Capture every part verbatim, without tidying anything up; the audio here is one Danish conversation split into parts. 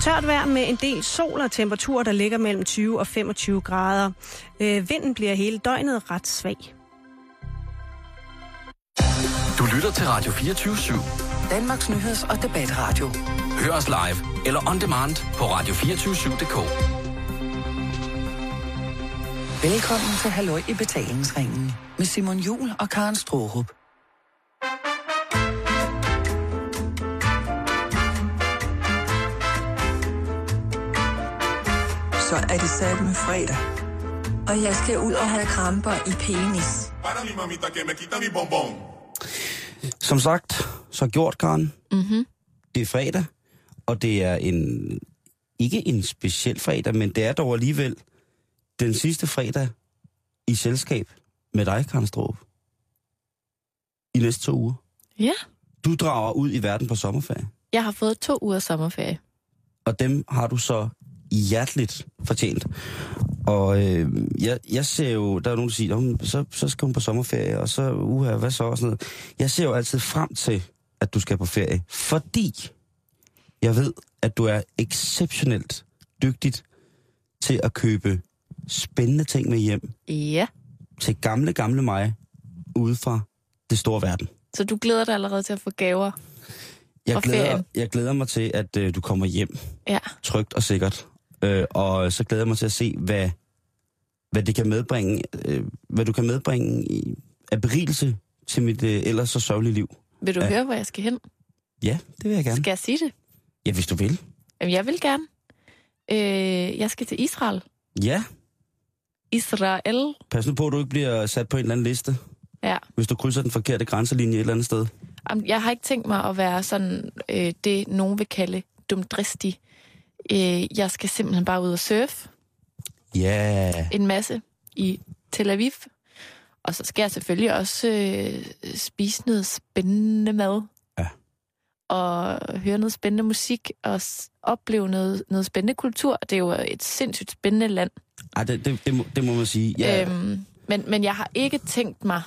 Tørt vejr med en del sol og temperaturer, der ligger mellem tyve og femogtyve grader. Øh, vinden bliver hele døgnet ret svag. Du lytter til Radio fireogtyve syv. Danmarks nyheds- og debatradio. Hør os live eller on demand på radio to fire syv punktum d k. Velkommen til Halløj i betalingsringen med Simon Juhl og Karen Straarup. Så er det satme fredag, og jeg skal ud og have kramper i penis. Som sagt, så gjort, Karen. Mm-hmm. Det er fredag, og det er en ikke en speciel fredag, men det er dog alligevel den sidste fredag i selskab med dig, Karen Straarup. I næste to uger. Ja. Du drager ud i verden på sommerferie. Jeg har fået to uger sommerferie. Og dem har du så hjerteligt fortjent. Og øh, jeg, jeg ser jo, der er nogen, der siger, så, så skal hun på sommerferie, og så, uha, hvad så, og sådan noget. Jeg ser jo altid frem til, at du skal på ferie, fordi jeg ved, at du er exceptionelt dygtigt til at købe spændende ting med hjem. Ja. Til gamle, gamle mig, ude fra det store verden. Så du glæder dig allerede til at få gaver jeg fra glæder, ferien? Jeg glæder mig til, at øh, du kommer hjem. Ja. Trygt og sikkert. Øh, og så glæder jeg mig til at se, hvad, hvad det kan medbringe, øh, hvad du kan medbringe i, af berigelse til mit øh, ellers så sørgelige liv. Vil du ja. høre, hvor jeg skal hen? Ja, det vil jeg gerne. Skal jeg sige det? Ja, hvis du vil. Jamen, jeg vil gerne. Øh, jeg skal til Israel. Ja. Israel. Pas nu på, at du ikke bliver sat på en eller anden liste. Ja. Hvis du krydser den forkerte grænselinje et eller andet sted. Jamen, jeg har ikke tænkt mig at være sådan, øh, det nogen vil kalde dumdristig. Øh, jeg skal simpelthen bare ud og surfe. Ja. Yeah. En masse i Tel Aviv. Og så skal jeg selvfølgelig også øh, spise noget spændende mad. Ja. Og høre noget spændende musik, og s- opleve noget, noget spændende kultur. Det er jo et sindssygt spændende land. Ej, det, det, det, må, det må man sige. Ja. Øhm, men, men jeg har ikke tænkt mig,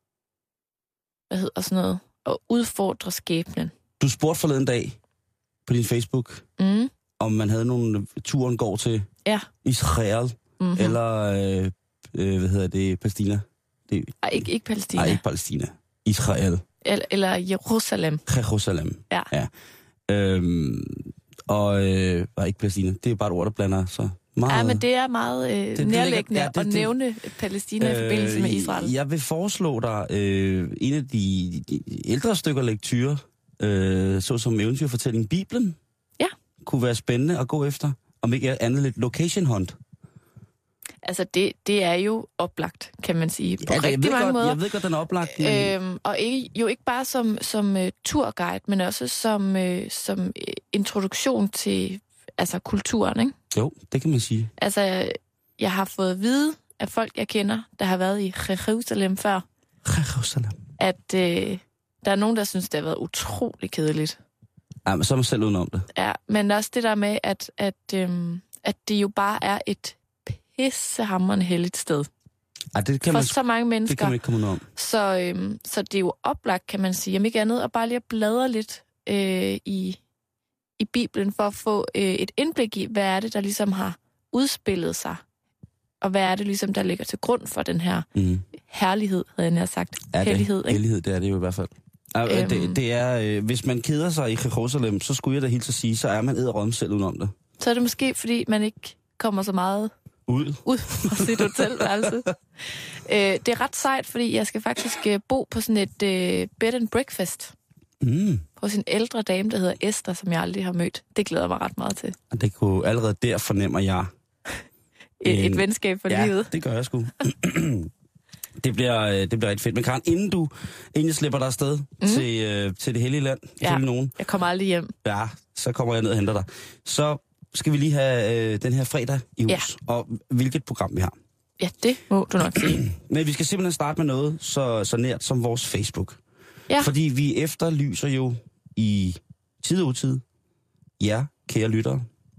hvad hedder sådan noget, at udfordre skæbnen. Du spurgte forleden dag på din Facebook, Mm. om man havde nogle turen går til Ja. Israel, Mm-hmm. eller, øh, øh, hvad hedder det, Palæstina? Det, Ej, ikke, ikke Palæstina. Nej, ikke Palæstina. Israel. Eller, eller Jerusalem. Jerusalem. Ja. ja. Øhm, og øh, var ikke Palæstina. Det er bare et ord, der blander så meget. Ja, men det er meget øh, det nærliggende ja, det, at det, nævne Palæstina øh, i forbindelse med Israel. Jeg vil foreslå dig øh, en af de, de ældre stykker lektyrer, øh, såsom eventyrfortælling Bibelen. Ja. Kunne være spændende at gå efter. Om ikke andet lidt location hunt. Altså, det, det er jo oplagt, kan man sige, på ja, rigtig jeg mange godt, måder. Jeg ved godt, den er oplagt. Men... Øhm, og ikke, jo ikke bare som, som uh, turguide, men også som, uh, som uh, introduktion til altså, kulturen, ikke? Jo, det kan man sige. Altså, jeg har fået at vide af folk, jeg kender, der har været i Jerusalem før, Jerusalem. at uh, der er nogen, der synes, det har været utrolig kedeligt. Ja, men så er man selv udenom det. Ja, men også det der med, at, at, øhm, at det jo bare er et pissehamrende heldigt sted. Ja, det kan for man, så mange mennesker. Det kan man ikke komme ud om. Så, øhm, så det er jo oplagt, kan man sige, om ikke andet, at bare lige at bladre lidt øh, i, i Bibelen, for at få øh, et indblik i, hvad er det, der ligesom har udspillet sig, og hvad er det ligesom, der ligger til grund for den her mm. herlighed, havde jeg nær sagt. Ja, hellighed, det, hellighed, det er det jo i hvert fald. Ja, øhm, det, det er, øh, hvis man keder sig i Jerusalem, så skulle jeg da helt at sige, så er man edderrømme selv udenom det. Så er det måske, fordi man ikke kommer så meget ud, ud på sit hotelværelse. øh, det er ret sejt, fordi jeg skal faktisk øh, bo på sådan et øh, bed and breakfast. Mm. Hos en ældre dame, der hedder Esther, som jeg aldrig har mødt. Det glæder mig ret meget til. Og det kunne allerede der fornemmer jeg... Et, en, et venskab for ja, livet. Ja, det gør jeg sgu. Det bliver, det bliver rigtig fedt. Men Karen, inden du inden jeg slipper dig afsted mm. til, øh, til det hellige land, ja, nogen, jeg kommer aldrig hjem. Ja, så kommer jeg ned og henter dig. Så skal vi lige have øh, den her fredag i hus. Ja. Og hvilket program vi har. Ja, det må du nok sige. Men vi skal simpelthen starte med noget så, så nært som vores Facebook. Ja. Fordi vi efterlyser jo i tid og utid jer, kære lyttere,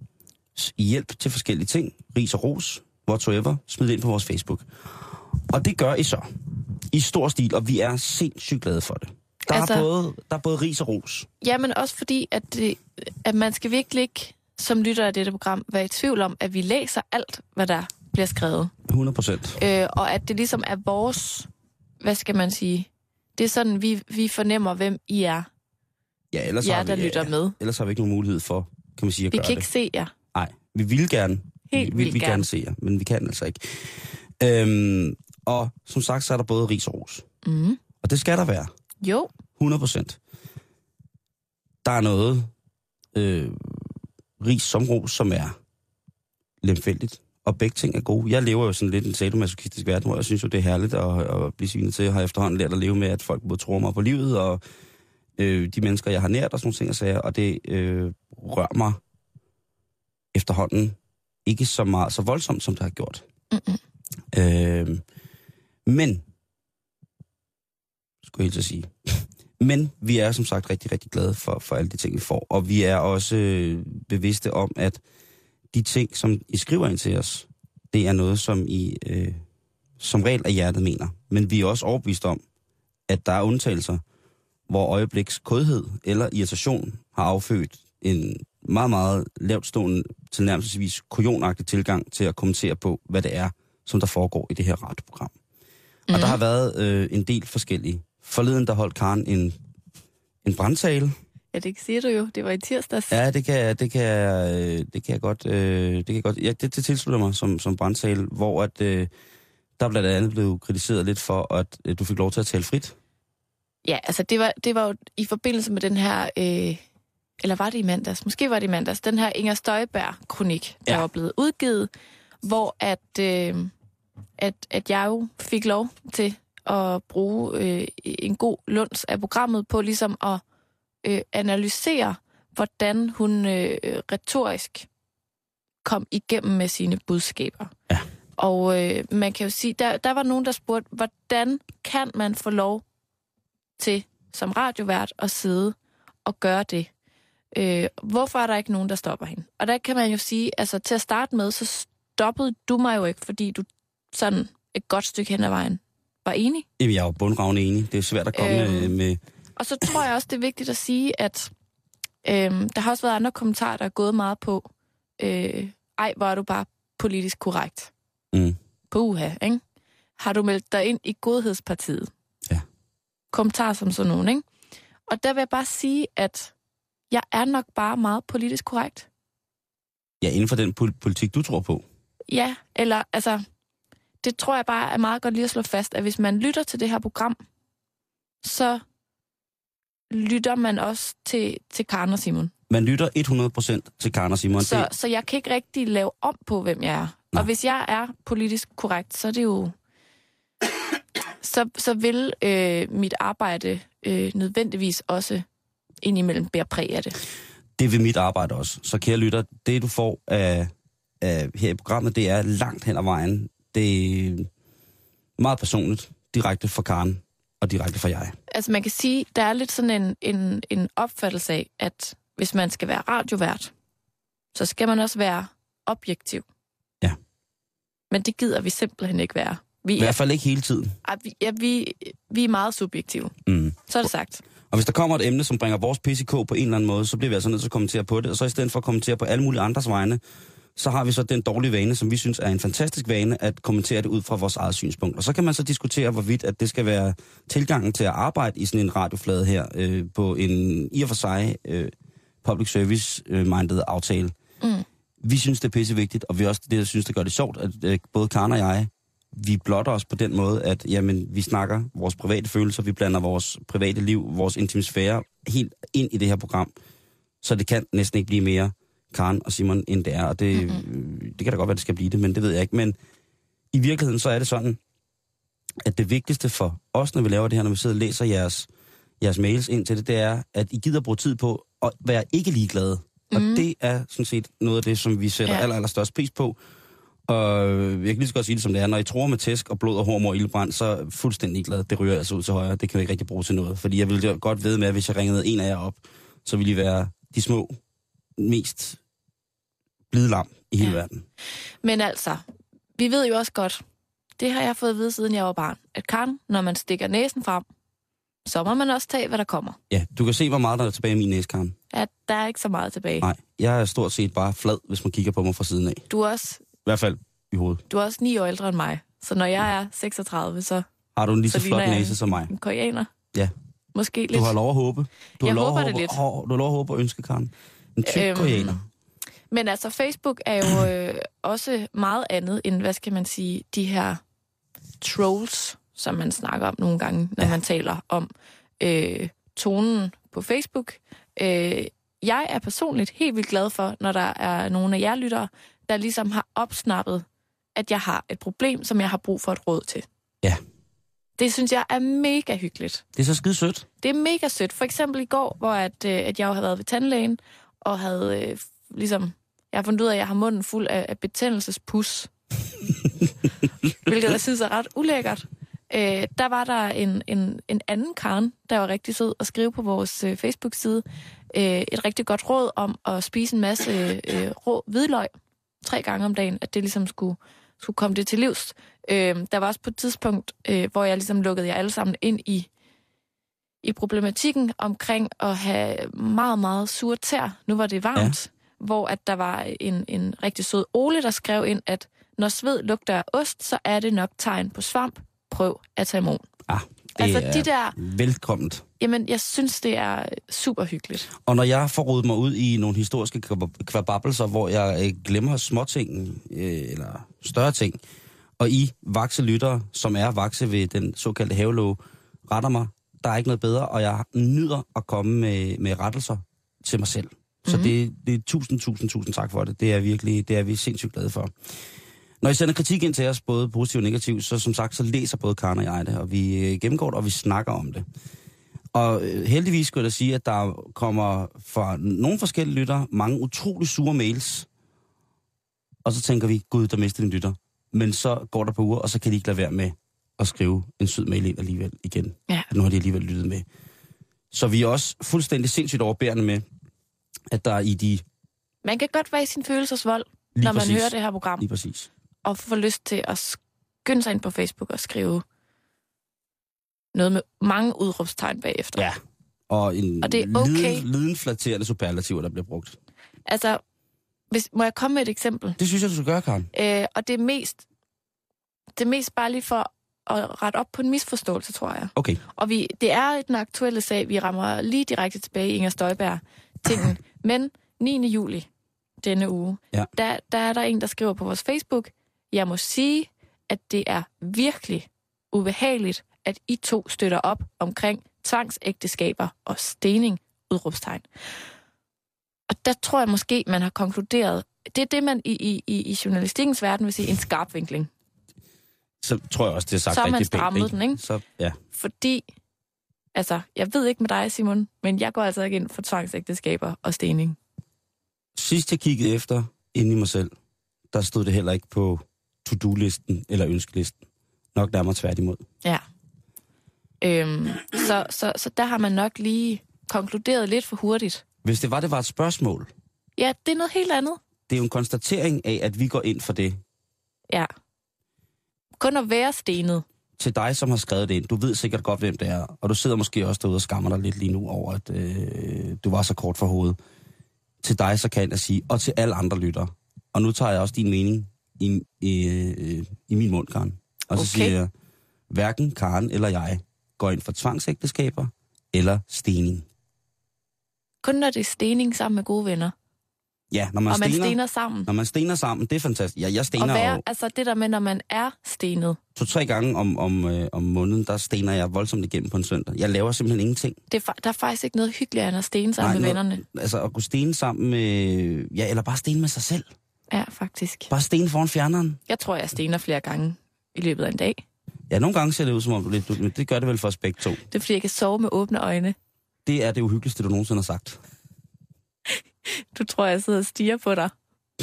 i hjælp til forskellige ting. Ris og ros, whatsoever, smid ind på vores Facebook. Og det gør I så. I stor stil, og vi er sindssygt glade for det. Der, altså, er, både, der er både ris og ros. Ja, men også fordi, at, det, at man skal virkelig ikke som lytter af dette program, være i tvivl om, at vi læser alt, hvad der bliver skrevet. hundrede procent. Øh, og at det ligesom er vores, hvad skal man sige, det er sådan, vi, vi fornemmer, hvem I er. Ja, ellers jer, har vi, der lytter ja, med. Ellers har vi ikke nogen mulighed for, kan man sige, at Vi gøre kan ikke det. se jer. Nej, vi vil gerne. Helt vi, vi, vildt vi gerne. gerne se jer, men vi kan altså ikke. Øhm, og som sagt, så er der både ris og ros. Mm. Og det skal der være. Jo. hundrede procent. Der er noget øh, ris som ros, som er lemfældigt. Og begge ting er gode. Jeg lever jo sådan lidt en sadomasochistisk verden, hvor jeg synes jo, det er herligt at, at blive svinet til. Jeg har efterhånden lært at leve med, at folk både tror mig på livet, og øh, de mennesker, jeg har nært, og sådan nogle ting og sager. Og det øh, rører mig efterhånden ikke så meget, så voldsomt, som det har gjort. Mm-mm. Øh, men, skulle jeg helt til at sige, men vi er som sagt rigtig, rigtig glade for, for alle de ting, vi får. Og vi er også øh, bevidste om, at de ting, som I skriver ind til os, det er noget, som I øh, som regel af hjertet mener. Men vi er også overbevist om, at der er undtagelser, hvor øjebliks kodhed eller irritation har affødt en meget, meget lavt stående, tilnærmelsesvis kujonagtig tilgang til at kommentere på, hvad det er, som der foregår i det her radioprogram. Mm. Og der har været øh, en del forskellige. Forleden, der holdt Karen en, en brandtale. Ja, det siger du jo. Det var i tirsdags. Ja, det kan, det kan, det kan jeg godt. Øh, det kan jeg godt. Ja, det, det tilslutter mig som, som brandtale, hvor at, øh, der blandt andet blev kritiseret lidt for, at øh, du fik lov til at tale frit. Ja, altså det var, det var jo i forbindelse med den her, øh, eller var det i mandags? Måske var det i mandags. Den her Inger Støjberg-kronik, der Ja. var blevet udgivet, hvor at, øh, at, at jeg jo fik lov til at bruge øh, en god lunds af programmet på ligesom at øh, analysere, hvordan hun øh, retorisk kom igennem med sine budskaber. Ja. Og øh, man kan jo sige, der, der var nogen, der spurgte, hvordan kan man få lov til som radiovært at sidde og gøre det? Øh, hvorfor er der ikke nogen, der stopper hende? Og der kan man jo sige, altså til at starte med, så stoppede du mig jo ikke, fordi du sådan et godt stykke hen ad vejen var enig. Jamen, jeg er jo bundravne enig. Det er svært at komme Øhm, med, med... Og så tror jeg også, det er vigtigt at sige, at øhm, der har også været andre kommentarer, der er gået meget på, øh, ej, hvor er du bare politisk korrekt. Mm. Puha, ikke? Har du meldt dig ind i Godhedspartiet? Ja. Kommentarer som sådan nogen, ikke? Og der vil jeg bare sige, at jeg er nok bare meget politisk korrekt. Ja, inden for den pol- politik, du tror på. Ja, eller altså, det tror jeg bare er meget godt lige at slå fast, at hvis man lytter til det her program, så lytter man også til, til Karen og Simon. Man lytter hundrede procent til Karen og Simon. Så, Det, så jeg kan ikke rigtig lave om på, hvem jeg er. Nå. Og hvis jeg er politisk korrekt, så er det jo... Så, så vil øh, mit arbejde øh, nødvendigvis også indimellem bære præg af det. det vil mit arbejde også. Så kære lytter, det du får af, af her i programmet, det er langt hen ad vejen. Det er meget personligt, direkte for Karen og direkte for jeg. Altså man kan sige, der er lidt sådan en, en, en opfattelse af, at hvis man skal være radiovært, så skal man også være objektiv. Ja. Men det gider vi simpelthen ikke være. Vi I er, hvert fald ikke hele tiden. ej, vi, ja, vi, vi er meget subjektive. Mm. Så er det sagt. Og hvis der kommer et emne, som bringer vores P C K på en eller anden måde, så bliver vi altså nødt til at kommentere på det. Og så i stedet for at kommentere på alle mulige andres vegne, så har vi så den dårlige vane, som vi synes er en fantastisk vane, at kommentere det ud fra vores eget synspunkt. Og så kan man så diskutere, hvorvidt at det skal være tilgangen til at arbejde i sådan en radioflade her, øh, på en i og for sig øh, public service-minded aftale. Mm. Vi synes, det er pissevigtigt, og vi også det, der synes, det gør det sjovt, at øh, både Karen og jeg, vi blotter os på den måde, at jamen, vi snakker vores private følelser, vi blander vores private liv, vores intimsfære helt ind i det her program. Så det kan næsten ikke blive mere Karen og Simon, end det er. Og det, mm-hmm. det kan da godt være, det skal blive det, men det ved jeg ikke. Men i virkeligheden så er det sådan, at det vigtigste for os, når vi laver det her, når vi sidder og læser jeres, jeres mails ind til det, det er, at I gider bruge tid på at være ikke ligeglade. Mm. Og det er sådan set noget af det, som vi sætter ja. aller, aller størst pris på. Og jeg kan lige så godt sige det, som det er. Når I tror med tæsk og blod og hormor og ildbrand, så er jeg fuldstændig glad. Det ryger altså ud til højre. Det kan vi ikke rigtig bruge til noget. Fordi jeg ville godt vide med, at hvis jeg ringede en af jer op, så ville I være de små, mest blide lam i hele ja. verden. Men altså, vi ved jo også godt, det har jeg fået at vide, siden jeg var barn, at Karen, når man stikker næsen frem, så må man også tage, hvad der kommer. Ja, du kan se, hvor meget der er tilbage i min næse, Karen. Ja, der er ikke så meget tilbage. Nej, jeg er stort set bare flad, hvis man kigger på mig fra siden af. Du er også, I hvert fald i hovedet. du er også ni år ældre end mig. Så når jeg er seksogtredive, så Har du en lige så, så flot ligner jeg næse som mig? en koreaner. Ja. Måske lidt. Du har lov at håbe. Du Jeg har lov håber at det håbe, lidt. Hår, du har lov at håbe og ønske, Karen. En tyk Øhm, koreaner. Men altså, Facebook er jo øh, også meget andet end, hvad skal man sige, de her trolls, som man snakker om nogle gange, når ja. man taler om øh, tonen på Facebook. Øh, jeg er personligt helt vildt glad for, når der er nogle af jer lyttere, der ligesom har opsnappet, at jeg har et problem, som jeg har brug for et råd til. Ja. Det synes jeg er mega hyggeligt. Det er så skide sødt. Det er mega sødt. For eksempel i går, hvor at, øh, at jeg jo havde været ved tandlægen, og havde øh, ligesom... Jeg har fundet ud af, at jeg har munden fuld af, af betændelsespus. Hvilket jeg synes er ret ulækkert. Øh, der var der en, en, en anden Karen, der var rigtig sød at skrive på vores øh, Facebook-side. Øh, et rigtig godt råd om at spise en masse øh, rå hvidløg tre gange om dagen, at det ligesom skulle, skulle komme det til livs. Øh, der var også på et tidspunkt, øh, hvor jeg ligesom lukkede jer alle sammen ind i, i problematikken omkring at have meget, meget sure tær. Nu var det varmt. Ja. Hvor at der var en, en rigtig sød Ole, der skrev ind, at når sved lugter af ost, så er det nok tegn på svamp. Prøv Atamon. Ah, det altså, er de der, velkomment. Jamen, jeg synes, det er super hyggeligt. Og når jeg får rodet mig ud i nogle historiske kvababelser, hvor jeg øh, glemmer småting, øh, eller større ting, og I vakse lyttere, som er vakse ved den såkaldte havelåge, retter mig, der er ikke noget bedre, og jeg nyder at komme med, med rettelser til mig selv. Så mm-hmm. det, det er tusind, tusind, tusind tak for det. Det er virkelig, det er vi sindssygt glade for. Når I sender kritik ind til os, både positiv og negativ, så som sagt, så læser både Karen og jeg det, og vi gennemgår det, og vi snakker om det. Og heldigvis skulle jeg da sige, at der kommer fra nogle forskellige lyttere mange utrolig sure mails. Og så tænker vi, gud, der mister en lytter. Men så går der på uger, og så kan de ikke lade være med at skrive en sød mail ind alligevel igen. Ja. Nu har de alligevel lyttet med. Så vi er også fuldstændig sindssygt overbærende med, at der i de... Man kan godt være i sin følelsesvold, når man præcis. hører det her program. Lige præcis. Og få lyst til at skynde sig ind på Facebook og skrive noget med mange udråbstegn bagefter. Ja, og en og det er okay. liden, lidenflatterende superlativer, der bliver brugt. Altså, hvis, må jeg komme med et eksempel? Det synes jeg, du skal gøre, Karen. Øh, og det er mest, det er mest bare lige for at rette op på en misforståelse, tror jeg. Okay. Og vi, det er den aktuelle sag, vi rammer lige direkte tilbage i Inger Støjberg-tingen. Men niende juli denne uge, ja. der, der er der en, der skriver på vores Facebook, jeg må sige, at det er virkelig ubehageligt, at I to støtter op omkring tvangsægteskaber og stening, udråbstegn. Og der tror jeg måske, man har konkluderet, det er det, man i, i, i journalistikkens verden vil sige en skarpvinkling. Så tror jeg også, det er sagt så har man rigtig strammet pænt, den, ikke? Så, ja. Fordi, altså, jeg ved ikke med dig, Simon, men jeg går altså ikke ind for tvangsægteskaber og stening. Sidst jeg kiggede efter inde i mig selv, der stod det heller ikke på to-do-listen eller ønskelisten. Nok nærmere tværtimod. Ja. Øhm, så, så, så der har man nok lige konkluderet lidt for hurtigt. Hvis det var, det var et spørgsmål. Ja, det er noget helt andet. Det er jo en konstatering af, at vi går ind for det. Ja. Kun at være stenet. Til dig, som har skrevet det ind, du ved sikkert godt, hvem det er. Og du sidder måske også derude og skammer dig lidt lige nu over, at øh, du var så kort for hovedet. Til dig, så kan jeg sige, og til alle andre lyttere. Og nu tager jeg også din mening i, i, øh, i min mund, Karen. Og så okay. siger jeg, hverken Karen eller jeg går ind for tvangsægteskaber eller stening. Kun når det er stening sammen med gode venner. Ja, når man, og man stener, stener sammen. Når man stener sammen, det er fantastisk. Ja, jeg stener og være, jo... altså det der med, når man er stenet. To-tre gange om, om, øh, om måneden, der stener jeg voldsomt igennem på en søndag. Jeg laver simpelthen ingenting. Det er, der er faktisk ikke noget hyggeligere end at stene sammen Nej, med noget, vennerne. Altså at kunne stene sammen med... Ja, eller bare stene med sig selv. Ja, faktisk. Bare stene foran fjerneren. Jeg tror, jeg stener flere gange i løbet af en dag. Ja, nogle gange ser det ud som om du lidt... Men det gør det vel for os begge to. Det er fordi, jeg kan sove med åbne øjne. Det er det uhyggeligste, du nogensinde har sagt. Du tror, jeg sidder og stiger på dig.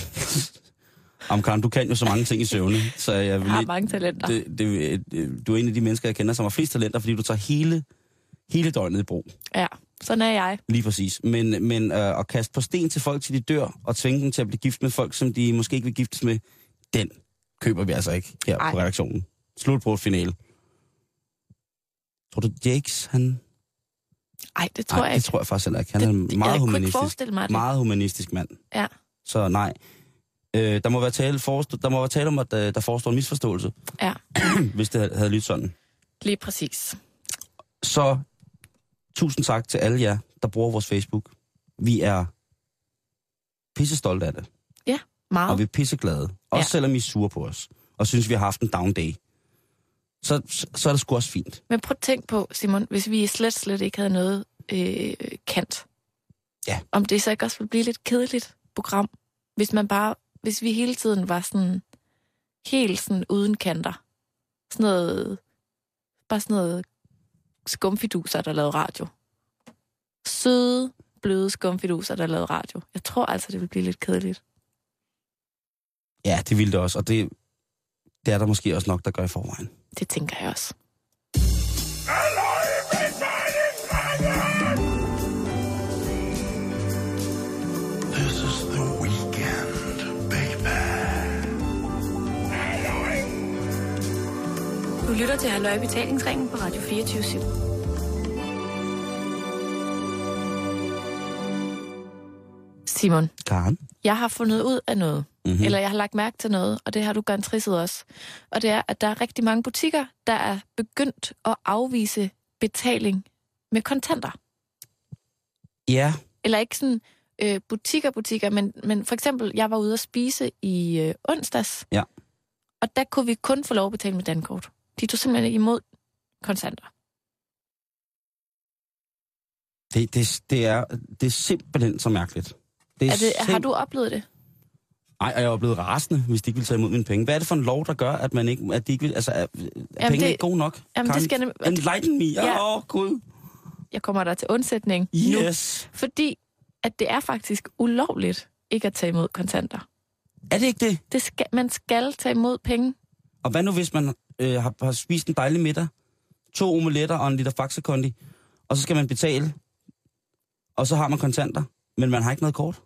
Amkaren, du kan jo så mange ting i søvne. Så jeg, vil jeg har lige, mange talenter. Det, det, det, du er en af de mennesker, jeg kender, som har flest talenter, fordi du tager hele, hele døgnet i brug. Ja, sådan er jeg. Lige præcis. Men, men øh, at kaste på sten til folk, til de dør, og tvinge dem til at blive gift med folk, som de måske ikke vil giftes med, den køber vi altså ikke her Ej. på redaktionen. Slut på et finale. Tror du, Jakes, han... Ej, det tror Nej, jeg det ikke. tror jeg faktisk heller ikke. Han Det- er det- en jeg meget kunne ikke humanistisk, forestille mig det. meget humanistisk mand. Ja. Så nej. Øh, der må være tale, forestå, der må være tale om, at der, der forestår en misforståelse, Ja, hvis det havde, havde lyttet sådan. lige præcis. Så tusind tak til alle jer, der bruger vores Facebook. Vi er pisse stolte af det, Ja, meget. og vi er pisseglade. Også Ja. selvom I er sure på os, og synes, vi har haft en down day. Så, så, så er det sgu også fint. Men prøv at tænke på, Simon, hvis vi slet, slet ikke havde noget øh, kant. Ja. Om det så ikke også ville blive lidt kedeligt program, hvis man bare, hvis vi hele tiden var sådan, helt sådan uden kanter. Sådan noget, bare sådan noget skumfiduser, der lavede radio. Søde, bløde skumfiduser, der lavede radio. Jeg tror altså, det ville blive lidt kedeligt. Ja, det ville det også, og det, det er der måske også nok, der gør i forvejen. Det tænker jeg også. This is the weekend, baby. Du lytter til Halløj Betalingsringen på Radio fireogtyve syv. Simon, Karen? jeg har fundet ud af noget. Mm-hmm. Eller jeg har lagt mærke til noget, og det har du garanteret også. Og det er, at der er rigtig mange butikker, der er begyndt at afvise betaling med kontanter. Ja, Eller ikke sådan øh, butikker, butikker, men, men for eksempel, jeg var ude at spise i øh, onsdags, Ja. og der kunne vi kun få lov at betale med dankort. De tog simpelthen ikke imod kontanter. det, det, det, er, det er simpelthen så mærkeligt. Det Er det, har simp- du oplevet det? Ej, og jeg er blevet rasende, hvis de ikke vil tage imod mine penge. Hvad er det for en lov, der gør, at man ikke, at de ikke vil, altså, er, er pengene det- ikke gode nok? Jamen, det skal nem- Enlighten me. Åh, Ja. oh, Gud. Jeg kommer der til undsætning nu. Yes. Fordi at det er faktisk ulovligt ikke at tage imod kontanter. Er det ikke det? Det skal, man skal tage imod penge. Og hvad nu, hvis man øh, har, har spist en dejlig middag, to omeletter og en liter Faxe Kondi, og så skal man betale, og så har man kontanter, men man har ikke noget kort?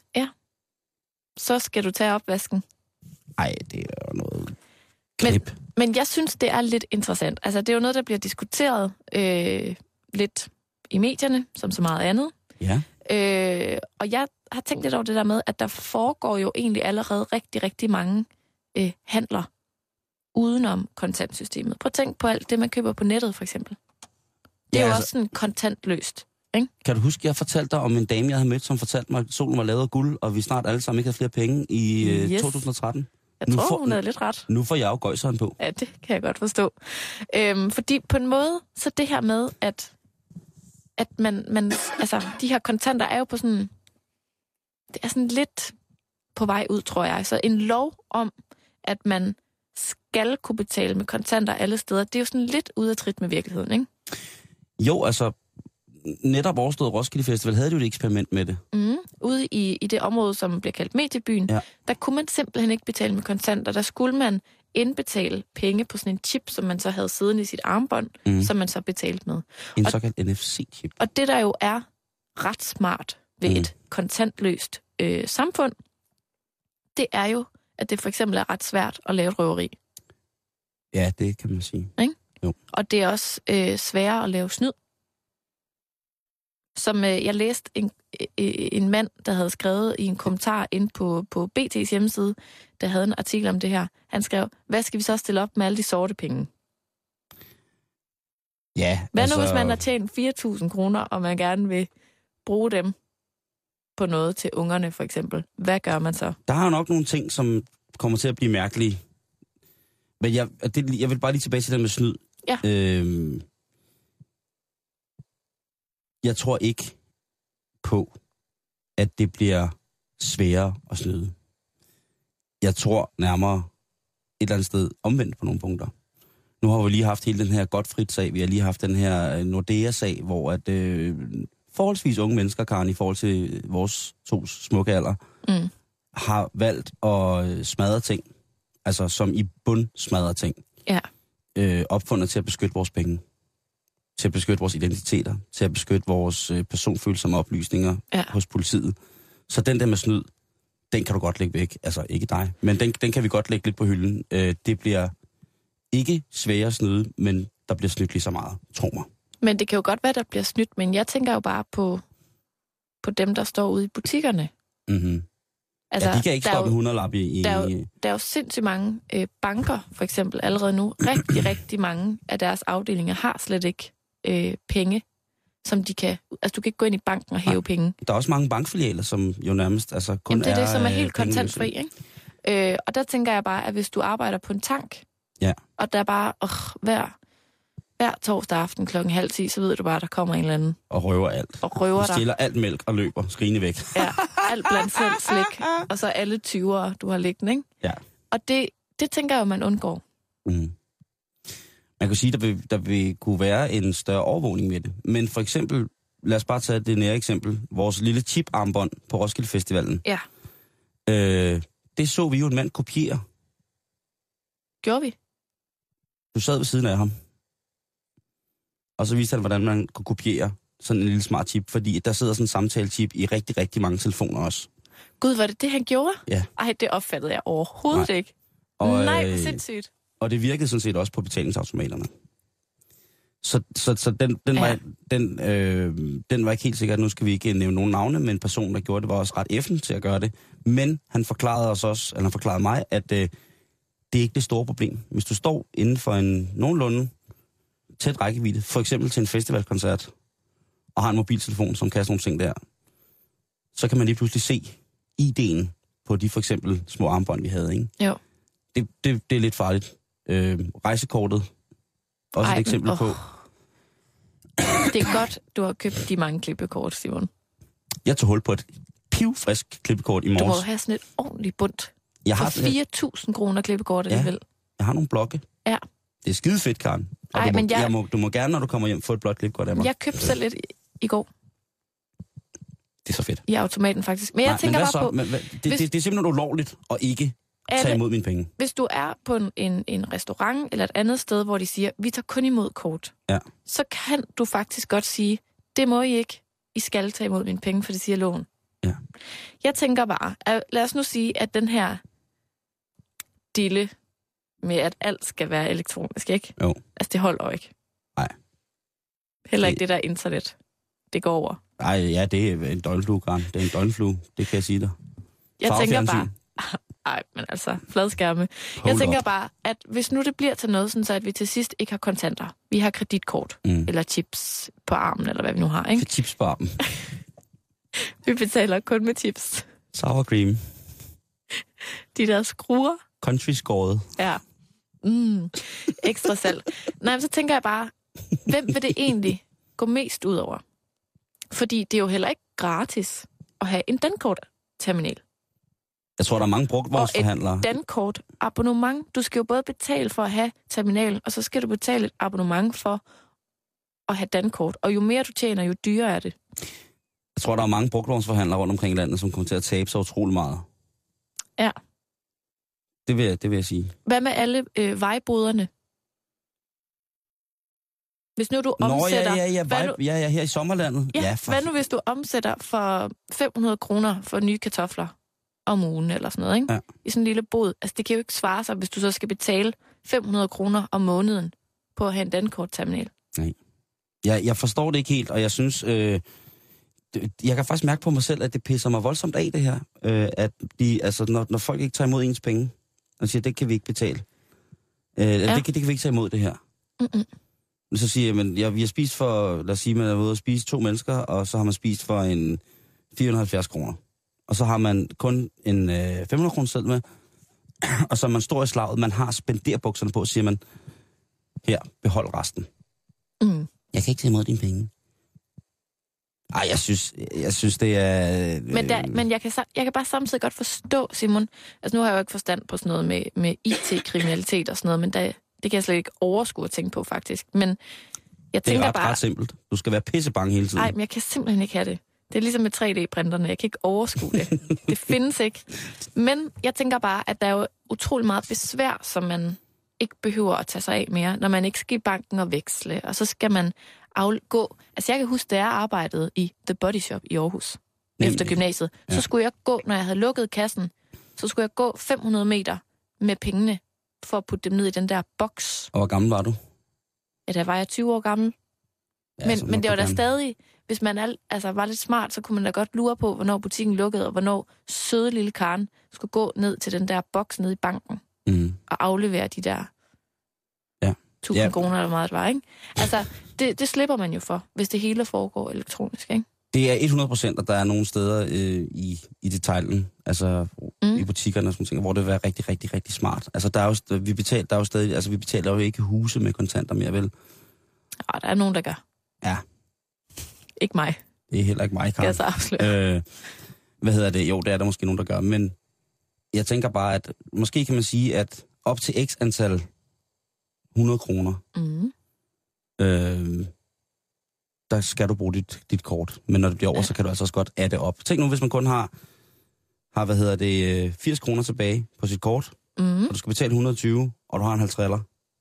Så skal du tage opvasken. Ej, det er jo noget klip. Men, men jeg synes, det er lidt interessant. Altså, det er jo noget, der bliver diskuteret øh, lidt i medierne, som så meget andet. Ja. Øh, og jeg har tænkt lidt over det der med, at der foregår jo egentlig allerede rigtig, rigtig mange øh, handler udenom kontantsystemet. Prøv at tænke på alt det, man køber på nettet, for eksempel. Det er Ja, jo altså- også sådan kontantløst. Kan du huske, jeg fortalte dig om en dame, jeg havde mødt, som fortalte mig, at solen var lavet af guld, og vi snart alle sammen ikke havde flere penge i øh, Yes. to tusind og tretten? Jeg Nu tror, får- hun havde lidt ret. Nu får jeg jo gøjseren på. Ja, det kan jeg godt forstå. Øhm, fordi på en måde, så det her med, at, at man, man, altså, de her kontanter er jo på sådan, det er sådan lidt på vej ud, tror jeg. Så en lov om, at man skal kunne betale med kontanter alle steder, det er jo sådan lidt ude af trit med virkeligheden, ikke? Jo, altså, netop overstået Roskilde Festival havde de jo et eksperiment med det. Mm. Ude i, i det område, som bliver kaldt Mediebyen, Ja. der kunne man simpelthen ikke betale med kontanter. Der skulle man indbetale penge på sådan en chip, som man så havde siddende i sit armbånd, Mm. som man så betalte med. En Og- såkaldt N F C-chip. Og det, der jo er ret smart ved Mm. mm. et kontantløst øh, samfund, det er jo, at det for eksempel er ret svært at lave et røveri. Ja, det kan man sige. Og det er også øh, sværere at lave snyd. Som øh, jeg læste en, øh, en mand, der havde skrevet i en kommentar ind på, på B T's hjemmeside, der havde en artikel om det her. Han skrev, hvad skal vi så stille op med alle de sorte penge? Ja, Hvad altså... nu, hvis man har tjent fire tusind kroner, og man gerne vil bruge dem på noget til ungerne, for eksempel? Hvad gør man så? Der er jo nok nogle ting, som kommer til at blive mærkelige. Men jeg, det, jeg vil bare lige tilbage til det med snyd. Ja. Øhm, jeg tror ikke på, at det bliver sværere at snyde. Jeg tror nærmere et eller andet sted omvendt på nogle punkter. Nu har vi lige haft hele den her Godfried-sag, vi har lige haft den her Nordea-sag, hvor at øh, forholdsvis unge mennesker, Karen, i forhold til vores to smukke alder, Mm. har valgt at smadre ting, altså som i bund smadre ting, Ja. øh, opfundet til at beskytte vores penge, til at beskytte vores identiteter, til at beskytte vores øh, personfølsomme oplysninger Ja. hos politiet. Så den der med snyd, den kan du godt lægge væk. Altså ikke dig, men den, den kan vi godt lægge lidt på hylden. Øh, det bliver ikke sværere at snyde, men der bliver snydt lige så meget, tro mig. Men det kan jo godt være, der bliver snydt, men jeg tænker jo bare på, på dem, der står ude i butikkerne. Mm-hmm. Altså, ja, de kan ikke stoppe en hundrede-lap i... Der er, jo, der er jo sindssygt mange øh, banker, for eksempel, allerede nu. Rigtig, rigtig mange af deres afdelinger har slet ikke øh, penge, som de kan... Altså, du kan ikke gå ind i banken og hæve Nej. penge. Der er også mange bankfilialer, som jo nærmest altså, kun Jamen, det er... det, som er øh, helt kontantfri, ikke? Øh, og der tænker jeg bare, at hvis du arbejder på en tank, ja. og der er bare øh, hver, hver torsdag aften klokken halv ti, så ved du bare, at der kommer en eller anden... Og røver alt. Og røver dig. Stiller alt mælk og løber skrigende væk. Ja, alt blandt selv slik. Og så alle tyvere, du har liggende, ikke? Ja. Og det, det tænker jeg jo, man undgår. Mm. Man kan sige, der vil, der vil kunne være en større overvågning med det. Men for eksempel, lad os bare tage det nære eksempel. Vores lille chip-armbånd på Roskilde Festivalen. Ja. Øh, det så vi jo en mand kopiere. Gjorde vi? Du sad ved siden af ham. Og så viste han, hvordan man kunne kopiere sådan en lille smart chip. Fordi der sidder sådan en samtale-chip i rigtig, rigtig mange telefoner også. Gud, var det det, han gjorde? Ja. Ej, det opfattede jeg overhovedet Nej. ikke. Og, Nej, hvor sindssygt. Og det virkede sådan set også på betalingsautomaterne. Så, så, så den, den, ja. var, den, øh, den var ikke helt sikker. Nu skal vi ikke nævne nogen navne, men personen, der gjorde det, var også ret effen til at gøre det. Men han forklarede os også, eller han forklarede mig, at øh, det er ikke det store problem. Hvis du står inden for en nogenlunde tæt rækkevidde, for eksempel til en festivalkoncert, og har en mobiltelefon, som kan sådan nogle ting der, så kan man lige pludselig se I D'en på de for eksempel små armbånd, vi havde, ikke? Jo. Det, det, det er lidt farligt. Øh, rejsekortet, også Ej, et eksempel men, oh. på. Det er godt, du har købt de mange klippekort, Simon. Jeg tog hul på et pivfrisk klippekort i morges. Du må have sådan et ordentligt bundt. Jeg har for fire tusind kroner klippekort alligevel. Ja, jeg har nogle blokke. Ja. Det er skide fedt, Karen. Og Ej, du, må, men jeg... Jeg må, du må gerne, når du kommer hjem, få et blåt klippekort af mig. Jeg købte selv lidt i, i går. Det er så fedt. I automaten faktisk. Men jeg Nej, tænker men bare så? på... Men, det, hvis... det, det er simpelthen ulovligt at ikke tage det... imod mine penge. Hvis du er på en, en, en restaurant eller et andet sted, hvor de siger, vi tager kun imod kort, ja. så kan du faktisk godt sige, det må I ikke. I skal tage imod mine penge, for det siger loven. Ja. Jeg tænker bare, at, lad os nu sige, at den her dille med, at alt skal være elektronisk, ikke? Jo. Altså, det holder jo ikke. Nej. Heller ikke det der internet. Det går over. Nej, ja, det er en døgnflue, Karen. Det er en døgnflue, det kan jeg sige dig. Jeg tænker bare... Ej, men altså, fladskærme. Hold jeg tænker up. bare, at hvis nu det bliver til noget, sådan så at vi til sidst ikke har kontanter. Vi har kreditkort, mm. eller chips på armen, eller hvad vi nu har, ikke? Chips på armen. Vi betaler kun med chips. Sour cream. De der skruer. Country-skåret. Ja. Mm. Ekstra salt. Nej, men så tænker jeg bare, hvem vil det egentlig gå mest ud over? Fordi det er jo heller ikke gratis at have en dankort-terminal. Jeg tror, der er mange brugtvognsforhandlere. Og et dankort abonnement. Du skal jo både betale for at have terminal, og så skal du betale et abonnement for at have dankort. Og jo mere du tjener, jo dyrere er det. Jeg tror, der er mange brugtvognsforhandlere rundt omkring i landet, som kommer til at tabe sig utrolig meget. Ja. Det vil jeg, det vil jeg sige. Hvad med alle øh, vejboderne? Hvis nu du omsætter... Nå, ja, ja, ja, hvad nu, ja, ja, her i sommerlandet. Ja, ja for... hvad nu hvis du omsætter for fem hundrede kroner for nye kartofler om ugen eller sådan noget, ikke? Ja. I sådan en lille bod. Altså, det kan jo ikke svare sig, hvis du så skal betale fem hundrede kroner om måneden på at have en dankortterminal. Nej. Jeg, jeg forstår det ikke helt, og jeg synes... Øh, jeg kan faktisk mærke på mig selv, at det pisser mig voldsomt af, det her. Øh, at de, altså, når, når folk ikke tager imod ens penge, og siger, det kan vi ikke betale. Øh, ja. det, kan, det kan vi ikke tage imod, det her. Mm-mm. Så siger jeg, men jeg, vi har spist for, lad os sige, man er ude og spise to mennesker, og så har man spist for en fire hundrede og halvfjerds kroner. Og så har man kun en øh, fem hundrede kroner selv med, og så man står i slaget, man har spenderbukserne på, siger man, her, behold resten. Mm. Jeg kan ikke tage imod dine penge. Ej, jeg synes, jeg synes det er... Øh... Men, der, men jeg, kan, jeg kan bare samtidig godt forstå, Simon, altså nu har jeg jo ikke forstand på sådan noget med, med I T-kriminalitet og sådan noget, men der, det kan jeg slet ikke overskue at tænke på, faktisk. Men jeg tænker det er ret, bare... ret simpelt. Du skal være pissebange hele tiden. Nej, men jeg kan simpelthen ikke have det. Det er ligesom med tre D-printerne. Jeg kan ikke overskue det. Det findes ikke. Men jeg tænker bare, at der er jo utrolig meget besvær, som man ikke behøver at tage sig af mere, når man ikke skal i banken og veksle, og så skal man afgå... Altså, jeg kan huske, da jeg arbejdede i The Body Shop i Aarhus, Nemlig. efter gymnasiet, ja. så skulle jeg gå, når jeg havde lukket kassen, så skulle jeg gå fem hundrede meter med pengene, for at putte dem ned i den der boks. Og hvor gammel var du? Ja, der var jeg tyve år gammel. Men, altså, men det var da gerne... stadig, hvis man al, altså, var lidt smart, så kunne man da godt lure på, hvornår butikken lukkede, og hvornår søde lille Karen skulle gå ned til den der boks nede i banken Mm. og aflevere de der ja. tusind ja. kroner, eller meget det var, ikke? Altså, det, det slipper man jo for, hvis det hele foregår elektronisk, ikke? Det er hundrede procent, at der er nogle steder øh, i, i detaljen, altså mm. i butikkerne og sådan ting, hvor det vil være rigtig, rigtig, rigtig smart. Altså, der er jo, vi betaler, der er jo stadig, altså, vi betaler jo ikke huse med kontanter mere, vel? Ja, der er nogen, der gør. Ja. Ikke mig. Det er heller ikke mig, Karen. Jeg så afsløre. Øh, hvad hedder det? Jo, det er der måske nogen, der gør, men jeg tænker bare, at måske kan man sige, at op til x antal hundrede kroner, mm. øh, der skal du bruge dit, dit kort. Men når det bliver over, ja. så kan du altså også godt adde op. Tænk nu, hvis man kun har, har hvad hedder det, firs kroner tilbage på sit kort, mm. og du skal betale et hundrede og tyve, og du har en halvtredser.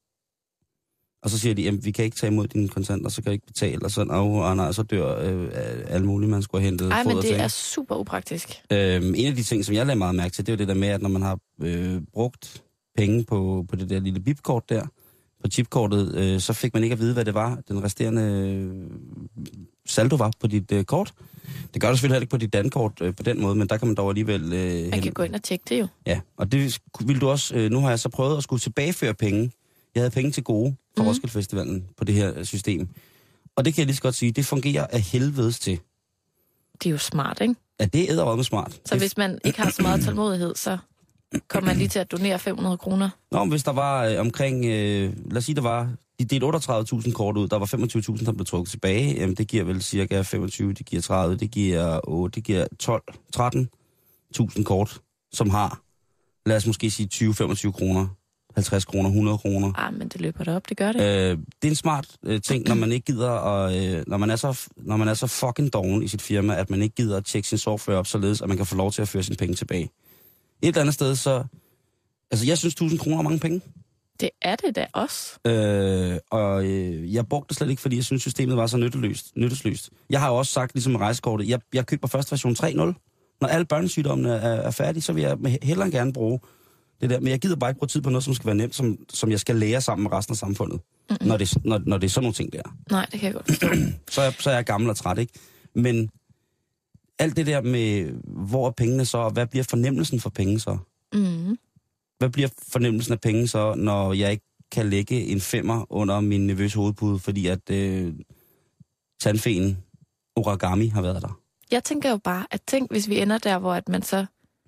Og så siger de, jamen, vi kan ikke tage imod dine kontanter, så kan jeg ikke betale, og sådan, og, og nej, så dør øh, alle mulige, man skulle have hentet. Nej, men det er super upraktisk. Øhm, en af de ting, som jeg lagde meget mærke til, det er jo det der med, at når man har øh, brugt penge på, på det der lille bipkort der, på chipkortet, øh, så fik man ikke at vide, hvad det var, den resterende øh, saldo var på dit øh, kort. Det gør det selvfølgelig heller ikke på dit dankort øh, på den måde, men der kan man dog alligevel... Øh, man kan gå ind og tjekke det jo. Ja, og det vil du også... Øh, nu har jeg så prøvet at skulle tilbageføre penge. Jeg havde penge til gode for mm. Roskilde Festivalen på det her system. Og det kan jeg lige så godt sige, det fungerer af helvedes til. Det er jo smart, ikke? Ja, det er edderrømme smart. Så hvis man ikke har så meget tålmodighed, så kommer man lige til at donere fem hundrede kroner. Nå, men hvis der var øh, omkring... Øh, lad os sige, der var... De delte otteogtredive tusind kort ud, der var femogtyve tusind, der blev trukket tilbage. Jamen, det giver vel cirka femogtyve, det giver tredive, det giver otte, det giver tolv, tretten tusind kort, som har, lad os måske sige tyve til femogtyve kroner, halvtreds kroner, hundrede kroner. Ah, men det løber da op, det gør det. Øh, det er en smart øh, ting, når man ikke gider, og øh, når, man er så, når man er så fucking doven i sit firma, at man ikke gider at tjekke sin software op, således at man kan få lov til at føre sine penge tilbage. Et eller andet sted, så... Altså, jeg synes tusind kroner er mange penge. Det er det da også. Øh, og øh, jeg brugte det slet ikke, fordi jeg synes, systemet var så nytteløst. nytteløst. Jeg har jo også sagt, ligesom med rejsekortet, jeg, jeg køber først version tre punkt nul. Når alle børnesygdommene er, er færdige, så vil jeg hellere gerne bruge det der. Men jeg gider bare ikke bruge tid på noget, som skal være nemt, som, som jeg skal lære sammen med resten af samfundet. Mm-hmm. Når, det, når, når det er sådan nogle ting der. Nej, det kan jeg godt forstå. så, er, så er jeg gammel og træt, ikke? Men alt det der med, hvor er pengene så, og hvad bliver fornemmelsen for penge så? Mm. Hvad bliver fornemmelsen af penge så, når jeg ikke kan lægge en femmer under min nervøse hovedpude, fordi at øh, tandfeen origami har været der? Jeg tænker jo bare, at tænk, hvis vi ender der, hvor at man så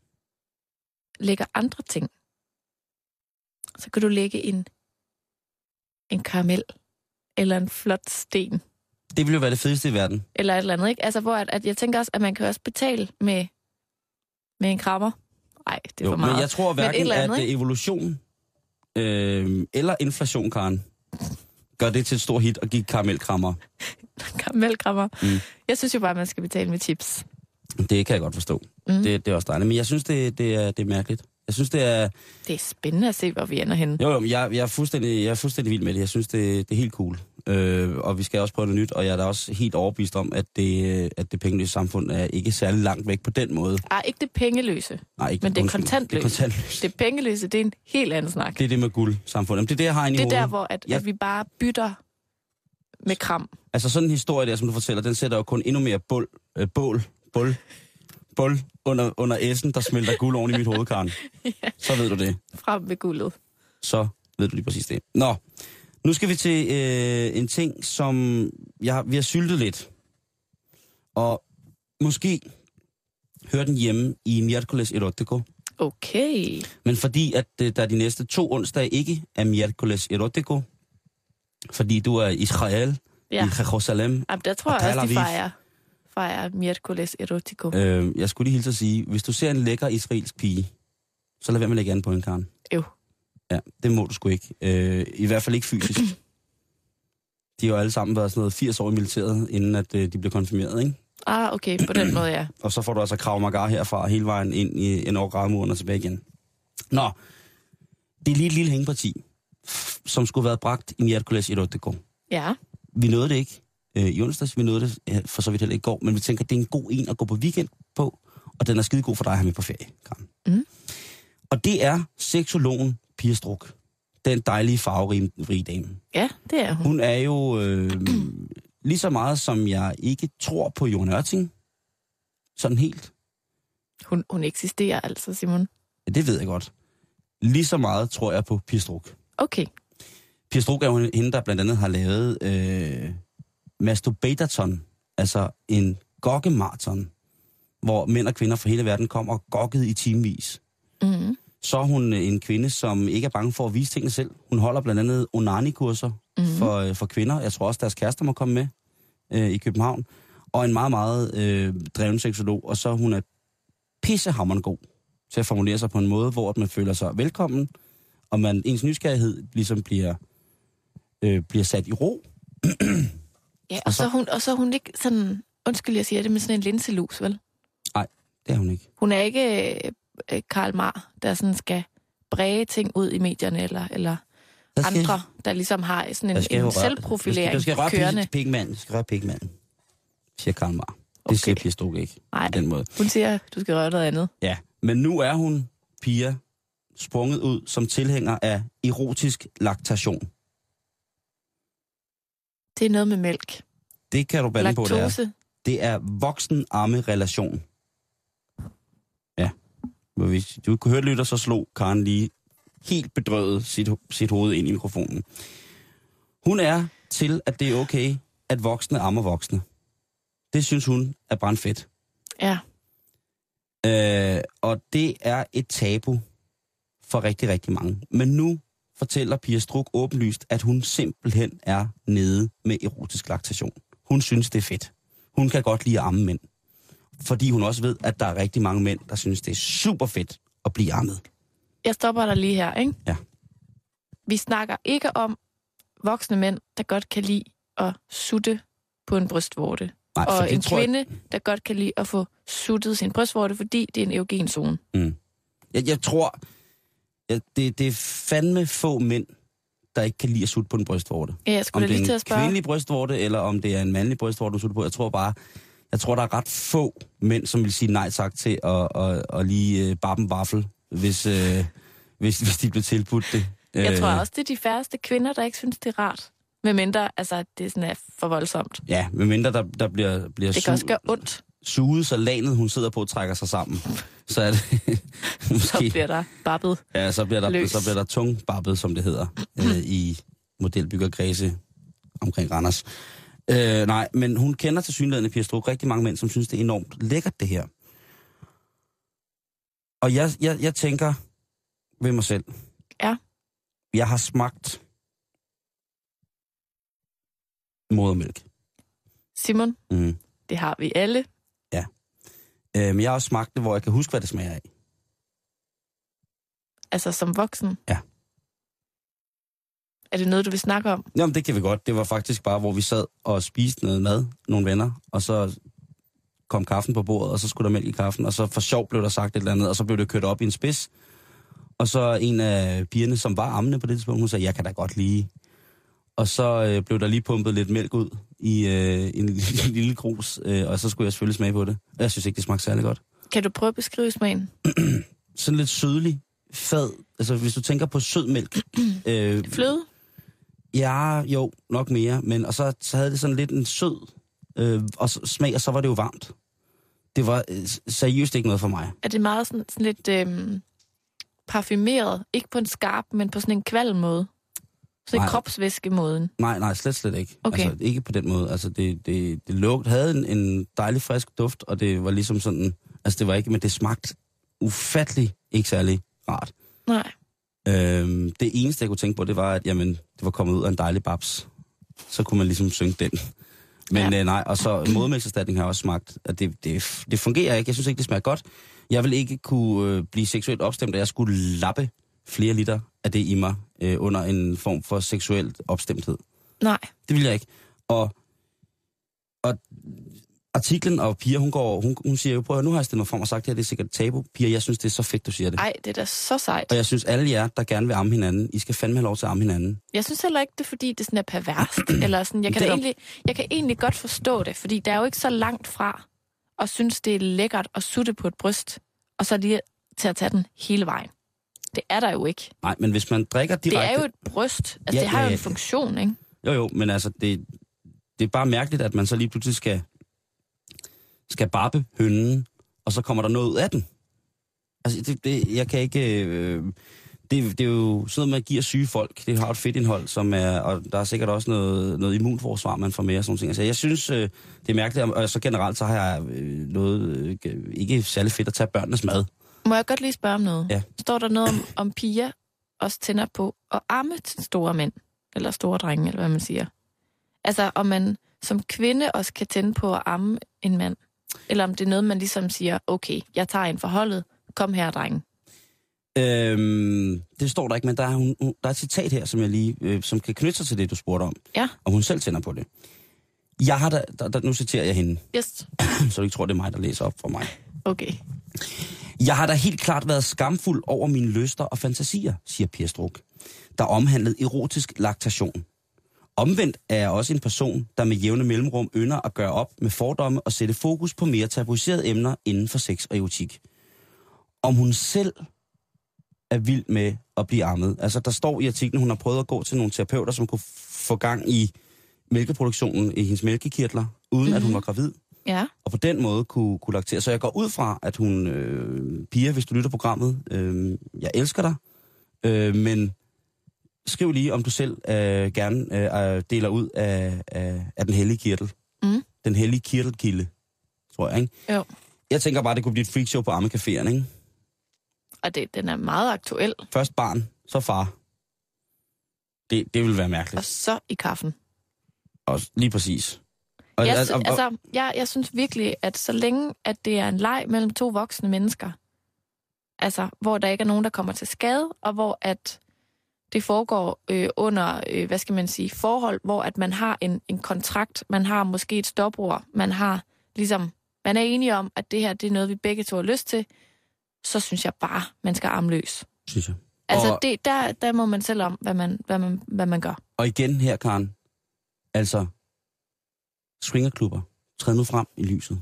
lægger andre ting. Så kan du lægge en, en karamel, eller en flot sten. Det vil jo være det fedeste i verden. Eller et eller andet, ikke? Altså, hvor at, at jeg tænker også, at man kan også betale med, med en krammer. Nej, det er jo, for meget. Men jeg tror hverken, andet, at evolution øh, eller inflation, Karen, gør det til et stort hit at give karamelkrammer. Karamelkrammer. Mm. Jeg synes jo bare, at man skal betale med chips. Det kan jeg godt forstå. Mm. Det, det er også dejligt. Men jeg synes, det, det, er, det er mærkeligt. Jeg synes, det er... Det er spændende at se, hvor vi ender henne. Jo, jo, jeg, jeg, er fuldstændig, jeg er fuldstændig vild med det. Jeg synes, det, det er helt cool. Øh, og vi skal også prøve noget nyt, og jeg er da også helt overbevist om, at det, at det pengeløse samfund er ikke særlig langt væk på den måde. Ej, ikke det pengeløse, Nej, ikke men det er kontantløse. Det, kontantløse. Det pengeløse, det er en helt anden snak. Det er det med guld samfund. Jamen, det er det, jeg har inde i hovedet. Det er hovedet. der, hvor at, ja. at vi bare bytter med kram. Altså sådan en historie der, som du fortæller, den sætter jo kun endnu mere bål, øh, bål, bål, bål under, under essen, der smelter guld oven i mit hoved, Karen. Ja. Så ved du det. Frem med guldet. Så ved du lige præcis det. Nå, nu skal vi til øh, en ting, som jeg, vi har syltet lidt. Og måske hører den hjemme i Miércoles Erótico. Okay. Men fordi at øh, der de næste to onsdage ikke er Miércoles Erótico, fordi du er i Israel, ja. I Jerusalem. Jamen, der tror jeg også, de fejrer, fejrer Miércoles Erótico. Øh, jeg skulle lige hilse at sige, hvis du ser en lækker israelsk pige, så lad være med at lægge an på en, Karen. Jo. Ja, det må du sgu ikke. Øh, I hvert fald ikke fysisk. De har jo alle sammen været sådan noget firs år i militæret, inden at øh, de blev konfirmeret, ikke? Ah, okay, på den måde, ja. Og så får du altså Krav Maga herfra hele vejen ind i en overgravmuren og tilbage igen. Nå, det er lige et lille hængeparti, som skulle have været bragt i Miércoles Erótico. Ja. Vi nåede det ikke øh, i onsdags, vi nåede det ja, for så vidt heller ikke i går, men vi tænker, at det er en god en at gå på weekend på, og den er skide god for dig at have med på ferie, Karen. Mm. Og det er seksologen Pia Struk. Den dejlige, farverige dame. Ja, det er hun. Hun er jo øh, lige så meget som jeg ikke tror på Johan Ørting, sådan helt. Hun, hun eksisterer altså, Simon. Ja, det ved jeg godt. Lige så meget tror jeg på Pia Struk. Okay. Pia Struk er jo hende, der blandt andet har lavet øh, Masturbatorton, altså en gokkemaraton, hvor mænd og kvinder fra hele verden kommer og gokkede i timevis. Mm-hmm. Så er hun en kvinde, som ikke er bange for at vise tingene selv. Hun holder blandt andet onani-kurser mm-hmm. for, øh, for kvinder. Jeg tror også, deres kærester må komme med øh, i København. Og en meget, meget øh, dreven seksolog. Og så hun er pissehammerende god til at formulere sig på en måde, hvor man føler sig velkommen, og man ens nysgerrighed ligesom bliver, øh, bliver sat i ro. Ja, og, og, så, så hun, og så er hun ikke sådan, undskyld, jeg siger det, med sådan en linselus, vel? Nej, det er hun ikke. Hun er ikke øh, Karl Marr, der sådan skal bræge ting ud i medierne, eller, eller skal, andre, der ligesom har sådan en, en selvprofilering der skal, der skal kørende. Du skal røre skal røre pigmanden, siger Karl Marr. Det okay. Siger Pia Struk ikke. Nej, på den måde. Hun siger, du skal røre noget andet. Ja, men nu er hun, Pia, sprunget ud som tilhænger af erotisk laktation. Det er noget med mælk. Det kan du bande Laktose. på, det er. Det er voksen-arme-relation. Ja. Hvis du kunne høre lytter, så slog Karen lige helt bedrøvet sit, sit hoved ind i mikrofonen. Hun er til, at det er okay, at voksne ammer voksne. Det synes hun er brandfedt. Ja. Øh, og det er et tabu for rigtig, rigtig mange. Men nu fortæller Pia Struk åbenlyst, at hun simpelthen er nede med erotisk laktation. Hun synes, det er fedt. Hun kan godt lide at amme mænd. Fordi hun også ved, at der er rigtig mange mænd, der synes, det er super fedt at blive ammet. Jeg stopper dig lige her, ikke? Ja. Vi snakker ikke om voksne mænd, der godt kan lide at sutte på en brystvorte. Nej, og en kvinde, jeg... der godt kan lide at få suttet sin brystvorte, fordi det er en erogenzone. Mm. Jeg, jeg tror, jeg, det, det er fandme få mænd, der ikke kan lide at sutte på en brystvorte. Ja, jeg skulle da lige til at spørge. Om det er en kvindelig brystvorte, eller om det er en mandlig brystvorte, du sutter på. Jeg tror bare, jeg tror, der er ret få mænd, som vil sige nej tak til at, at, at lige uh, barbe en vaffel, hvis, uh, hvis, hvis de bliver tilbudt det. Jeg tror også, det er de færreste kvinder, der ikke synes, det er rart. Med mindre, altså, at det sådan er for voldsomt. Ja, med mindre der, der bliver, bliver det kan også gøre ondt. Suget, så lanet, hun sidder på, trækker sig sammen. Så er det måske, så bliver der babbet. Ja, så bliver der, så bliver der tung babbet, som det hedder, øh, i modelbyggerkredse omkring Randers. Øh, nej, men hun kender til synligheden af Pia Struk rigtig mange mænd, som synes, det er enormt lækkert, det her. Og jeg, jeg, jeg tænker ved mig selv. Ja. Jeg har smagt modermælk. Simon, mm. det har vi alle. Ja. Øh, men jeg har også smagt det, hvor jeg kan huske, hvad det smager af. Altså som voksen? Ja. Er det noget, du vil snakke om? Jamen, det kan vi godt. Det var faktisk bare, hvor vi sad og spiste noget mad, nogle venner, og så kom kaffen på bordet, og så skulle der mælk i kaffen, og så for sjov blev der sagt et eller andet, og så blev det kørt op i en spids. Og så en af pigerne, som var ammende på det tidspunkt, hun sagde, jeg kan da godt lide. Og så øh, blev der lige pumpet lidt mælk ud i øh, en lille, lille krus, øh, og så skulle jeg selvfølgelig smage på det. Og jeg synes ikke, det smagte særlig godt. Kan du prøve at beskrive smagen? Sådan lidt sødlig, fad. Altså, hvis du tænker på sød mælk. Øh, Fløde? Ja, jo, nok mere. Men og så, så havde det sådan lidt en sød øh, og så, smag, og så var det jo varmt. Det var øh, seriøst ikke noget for mig. Er det meget sådan, sådan lidt øh, parfumeret? Ikke på en skarp, men på sådan en kvalm måde? Sådan en kropsvæskemåden? Nej, nej, slet slet ikke. Okay. Altså, ikke på den måde. Altså, det, det, det lugt, havde en, en dejlig frisk duft, og det var ligesom sådan... Altså, det var ikke... Men det smagte ufattelig ikke særlig rart. Nej. Øhm, det eneste, jeg kunne tænke på, det var, at jamen, det var kommet ud af en dejlig babs. Så kunne man ligesom synge den. Men ja. øh, nej, og så modermælkserstatning har også smagt, at det, det, det fungerer ikke. Jeg synes ikke, det smager godt. Jeg vil ikke kunne øh, blive seksuelt opstemt, at jeg skulle lappe flere liter af det i mig øh, under en form for seksuel opstemthed. Nej. Det vil jeg ikke. Og, og artiklen og Pia, hun går, hun, hun siger jo, prøv at nu har jeg stemt frem og sagt, at det er sikkert tabu. Pia, jeg synes, det er så fedt, du siger det. Nej, det er da så sejt. Og jeg synes, alle jer, der gerne vil amme hinanden, I skal fandme have lov til at amme hinanden. Jeg synes heller ikke, det er, fordi det sådan er perverst. eller sådan. Jeg, kan egentlig, jeg kan egentlig godt forstå det, fordi der er jo ikke så langt fra at synes, det er lækkert at sutte på et bryst, og så lige til at tage den hele vejen. Det er der jo ikke. Nej, men hvis man drikker direkte... Det er jo et bryst. Altså, ja, det har ja, ja. jo en funktion, ikke? Jo, jo, men altså, det, det er bare mærkeligt, at man så lige pludselig skal, skal barbe hønnen, og så kommer der noget ud af den. Altså, det, det, jeg kan ikke... Øh, det, det er jo sådan noget, man giver syge folk. Det har et fedtindhold, som er... Og der er sikkert også noget, noget immunforsvar, man får med og sådan ting. Altså, jeg synes, øh, det er mærkeligt, og så generelt, så har jeg øh, noget... Øh, ikke særlig fedt at tage børnenes mad. Må jeg godt lige spørge om noget? Ja. Står der noget om, om piger også tænder på at amme store mænd? Eller store drenge, eller hvad man siger? Altså, om man som kvinde også kan tænde på at amme en mand? Eller om det er noget, man ligesom siger, okay, jeg tager en forholdet, kom her, drenge. Øhm, det står der ikke, men der er, hun, der er et citat her, som jeg lige, øh, som kan knytte sig til det, du spurgte om. Ja. Om hun selv tænder på det. Jeg har da, der, der, nu citerer jeg hende. Yes. Så du ikke tror, det er mig, der læser op for mig. Okay. Jeg har da helt klart været skamfuld over mine lyster og fantasier, siger Pia Struk, der omhandlede erotisk laktation. Omvendt er jeg også en person, der med jævne mellemrum ynder at gøre op med fordomme og sætte fokus på mere tabuiserede emner inden for sex og erotik. Om hun selv er vild med at blive ammet. Altså, der står i artiklen, hun har prøvet at gå til nogle terapeuter, som kunne få gang i mælkeproduktionen i hendes mælkekirtler, uden mm-hmm. at hun var gravid. Ja. Og på den måde kunne, kunne laktere. Så jeg går ud fra, at hun, øh, Pia, hvis du lytter programmet, øh, jeg elsker dig, øh, men skriv lige, om du selv øh, gerne øh, deler ud af, af, af den hellige kirtel. Mm. Den hellige kirtelkilde, tror jeg, ikke? Jo. Jeg tænker bare, det kunne blive et freakshow på ammecaféerne, ikke? Og det, den er meget aktuel. Først barn, så far. Det, det vil være mærkeligt. Og så i kaffen. Og lige præcis. Og, Jeg, og, og, altså, jeg, jeg synes virkelig, at så længe, at det er en leg mellem to voksne mennesker, altså, hvor der ikke er nogen, der kommer til skade, og hvor at det foregår øh, under, øh, hvad skal man sige, forhold, hvor at man har en, en kontrakt, man har måske et stopord, man har ligesom, man er enige om, at det her, det er noget, vi begge to har lyst til, så synes jeg bare, man skal armløs. synes jeg. Altså, og, det, der, der må man selv om, hvad man, hvad man, hvad man gør. og igen her, Karen, altså, swingerklubber, træd nu frem i lyset.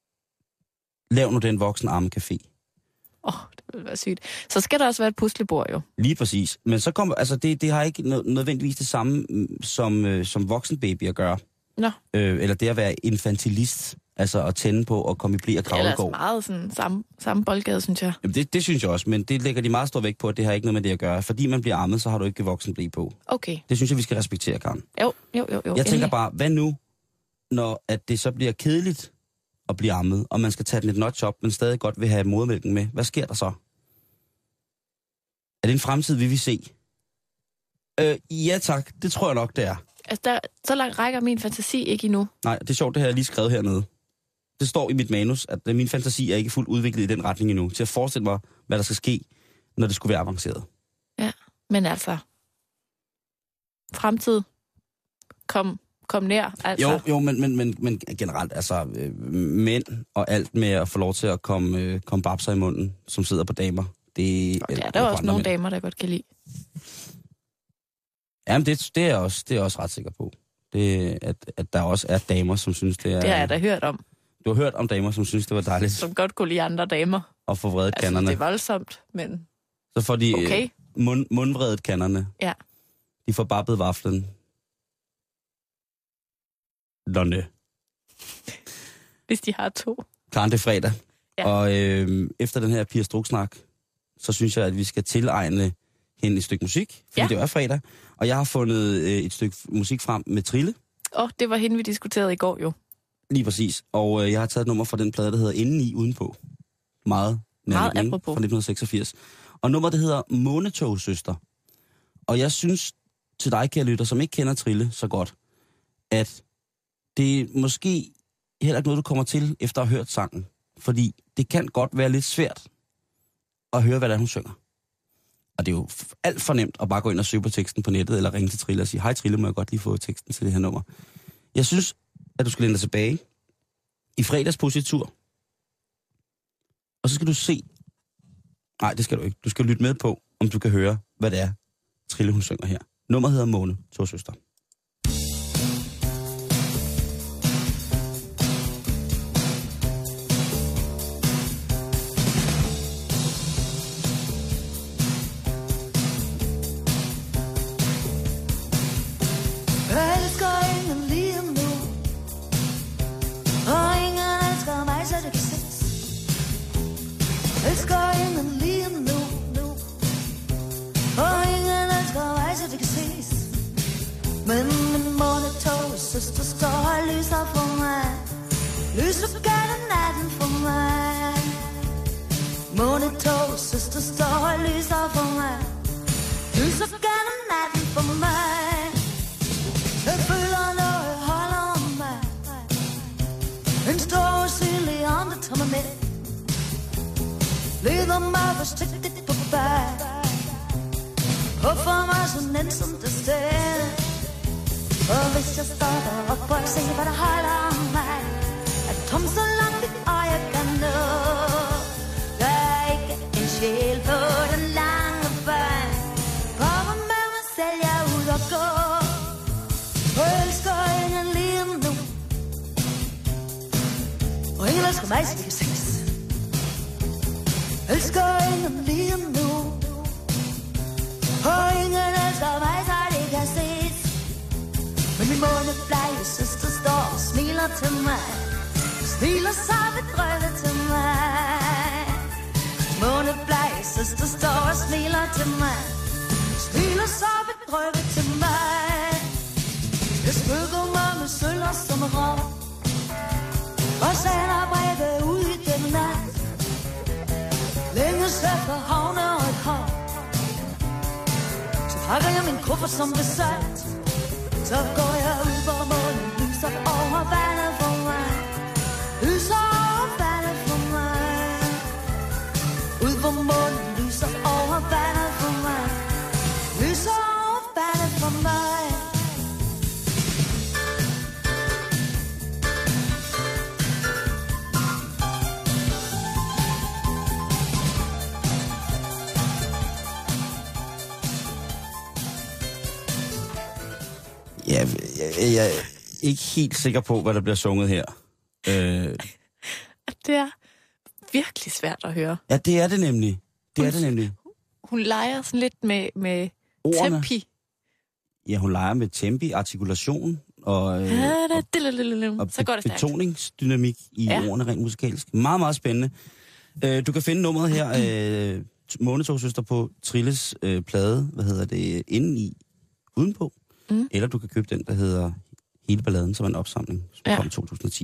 Lav nu den voksen ammecafé. Åh, oh, det vil være sygt. Så skal der også være et puslebord, jo. Lige præcis. Men så kommer, altså det, det har ikke nødvendigvis det samme som, øh, som voksenbaby at gøre. Nå. Øh, eller det at være infantilist, altså at tænde på og komme i blæ og Det er ellers kravlegård. meget sådan samme, samme boldgade, synes jeg. Jamen det, det synes jeg også, men det lægger de meget stor vægt på, at det har ikke noget med det at gøre. Fordi man bliver ammet, så har du ikke voksen blæ på. Okay. Det synes jeg, vi skal respektere, Karen. Jo, jo, jo. jo Jeg tænker bare, hvad nu, når at det så bliver kedeligt at blive ammet, og man skal tage den et notch op, men stadig godt vil have modermælken med. Hvad sker der så? Er det en fremtid, vi vil se? Øh, ja tak, det tror jeg nok, det er. Altså, der, så langt rækker min fantasi ikke endnu. Nej, det er sjovt, det har jeg lige skrevet hernede. Det står i mit manus, at min fantasi er ikke fuldt udviklet i den retning endnu, til at forestille mig, hvad der skal ske, når det skulle være avanceret. Ja, men altså, fremtid, kom, kom nær, altså. Jo, jo, men, men, men, men generelt, altså, øh, mænd og alt med at få lov til at komme, øh, komme babser i munden, som sidder på damer. Det, og det er der også nogle mænd. Damer, der godt kan lide. Jamen, det, det, er jeg også, det er jeg også ret sikker på. Det, at, at der også er damer, som synes, det er... Det har jeg da hørt om. Du har hørt om damer, som synes, det var dejligt. Som godt kunne lide andre damer. Og få vredet altså, kanderne. det er voldsomt, men... Så får de okay. mund, mundvredet kanderne. Ja. De får babbet vaflen. Lonne. Hvis de har to. Karen, det er fredag. Ja. Og øh, efter den her Pia Struk-snak, så synes jeg, at vi skal tilegne hende et stykke musik, fordi ja. det er fredag. Og jeg har fundet øh, et stykke musik frem med Trille. Åh, oh, det var hende, vi diskuterede i går jo. Lige præcis. Og øh, jeg har taget et nummer fra den plade, der hedder Indeni Udenpå. Meget Meget apropos. Fra nitten seksogfirs. Og nummer, det hedder Månetogsøster. Og jeg synes til dig, kære lytter, som ikke kender Trille så godt, at det er måske heller ikke noget, du kommer til efter at have hørt sangen. Fordi det kan godt være lidt svært at høre, hvad der hun synger. Og det er jo alt for nemt at bare gå ind og søge på teksten på nettet, eller ringe til Trille og sige, hej Trille, må jeg godt lige få teksten til det her nummer. Jeg synes, at du skal læne dig tilbage i fredagspositur, og så skal du se, nej, det skal du ikke, du skal lytte med på, om du kan høre, hvad det er, Trille hun synger her. Nummeret hedder Måne, Togsøster. Elsker ingen lige nu. Elsker ingen lige nu, nu. Og ingen elsker mig, så det kan ses. Men min månetog søster står og lyser for mig. Lyser gennem natten for mig. Månetog søster står og lyser for mig. Lyser gennem natten for mig. Jeg føler noget holder om mig. En stor usynlig ånd, der tager mig med. Leder mig forsigtigt på vej. Og for mig så nemt som det sted. Og hvis jeg stopper op og se hvad der holder om mig, er tom så langt mit øje kan nå. Der er ikke en sjæl på den lange vej. Kommer med mig selv jeg er ud og gå. Og elsker ingen lige nu. Og ingen elsker mig så vi kan ses. Elsker ingen lige nu. Og ingen elsker mig så det kan ses. Men min måneblege søster står og smiler til mig. Smiler så bedrøvet til mig. Måneblege søster står og smiler til mig. Smiler så bedrøvet til mig. Jeg smykker mig med sølv som rår. Og sender breve ud i den nat. Længes efter havne og et hav. Så pakker jeg min kuffert som besat. Så går jeg ud, hvor månen lyser over vandet for mig. Lyser over vandet for mig. Ud, hvor månen lyser over vandet for mig. Lyser over vandet for mig. Ja, jeg, jeg er ikke helt sikker på, hvad der bliver sunget her. Øh... Det er virkelig svært at høre. Ja, det er det nemlig. Det hun, er det nemlig. Hun leger sådan lidt med, med tempi. Ja, hun leger med tempi, artikulation og, øh, ja, og, og så går det stærkt. Betoningsdynamik i ja. ordene rent musikalsk. Meget, meget spændende. Øh, du kan finde nummeret her, øh, Månetogsøster på Trilles øh, plade, hvad hedder det, inde i, udenpå. Mm. Eller du kan købe den, der hedder Hele Balladen, som er en opsamling, som ja. kom i to tusind og ti.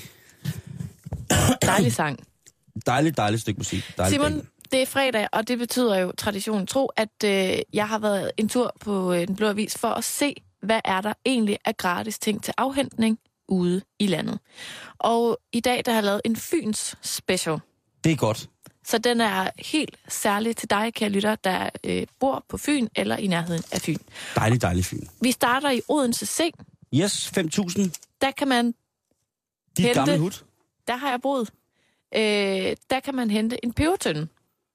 Dejlig sang. Dejligt, dejligt stykke musik. Dejlig Simon, dag. det er fredag, og det betyder jo traditionen tro, at øh, jeg har været en tur på øh, Den Blå Avis for at se, hvad er der egentlig af gratis ting til afhentning ude i landet. Og i dag, der har jeg lavet en Fyns special. Det er godt. Så den er helt særlig til dig, kære lytter, der øh, bor på Fyn eller i nærheden af Fyn. Dejlig, dejlig Fyn. Vi starter i Odense C. Yes, fem tusind. Der kan man Dit hente... gamle hud. Der har jeg boet. Øh, der kan man hente en pebertønde.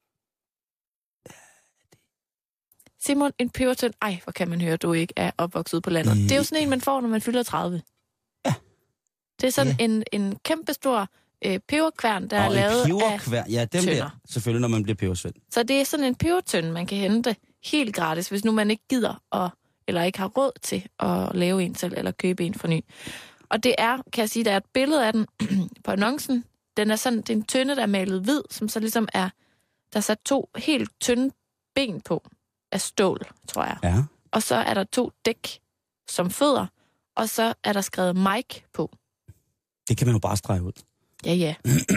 Simon, en pebertønde. Ej, hvor kan man høre, at du ikke er opvokset på landet. Øh... Det er jo sådan en, man får, når man fylder tredive. Ja. Det er sådan ja. en, en kæmpestor øh, peberkværn, der og er lavet peberkværn. af Ja, dem tønder. der, selvfølgelig, når man bliver pebersvend. Så det er sådan en pebertønde, man kan hente helt gratis, hvis nu man ikke gider, og, eller ikke har råd til at lave en selv, eller købe en for ny. Og det er, kan jeg sige, der er et billede af den på annoncen. Den er sådan, det er en tønde, der er malet hvid, som så ligesom er, der er sat to helt tynde ben på af stål, tror jeg. Ja. Og så er der to dæk som fødder, og så er der skrevet Mike på. Det kan man jo bare strege ud. Ja, ja.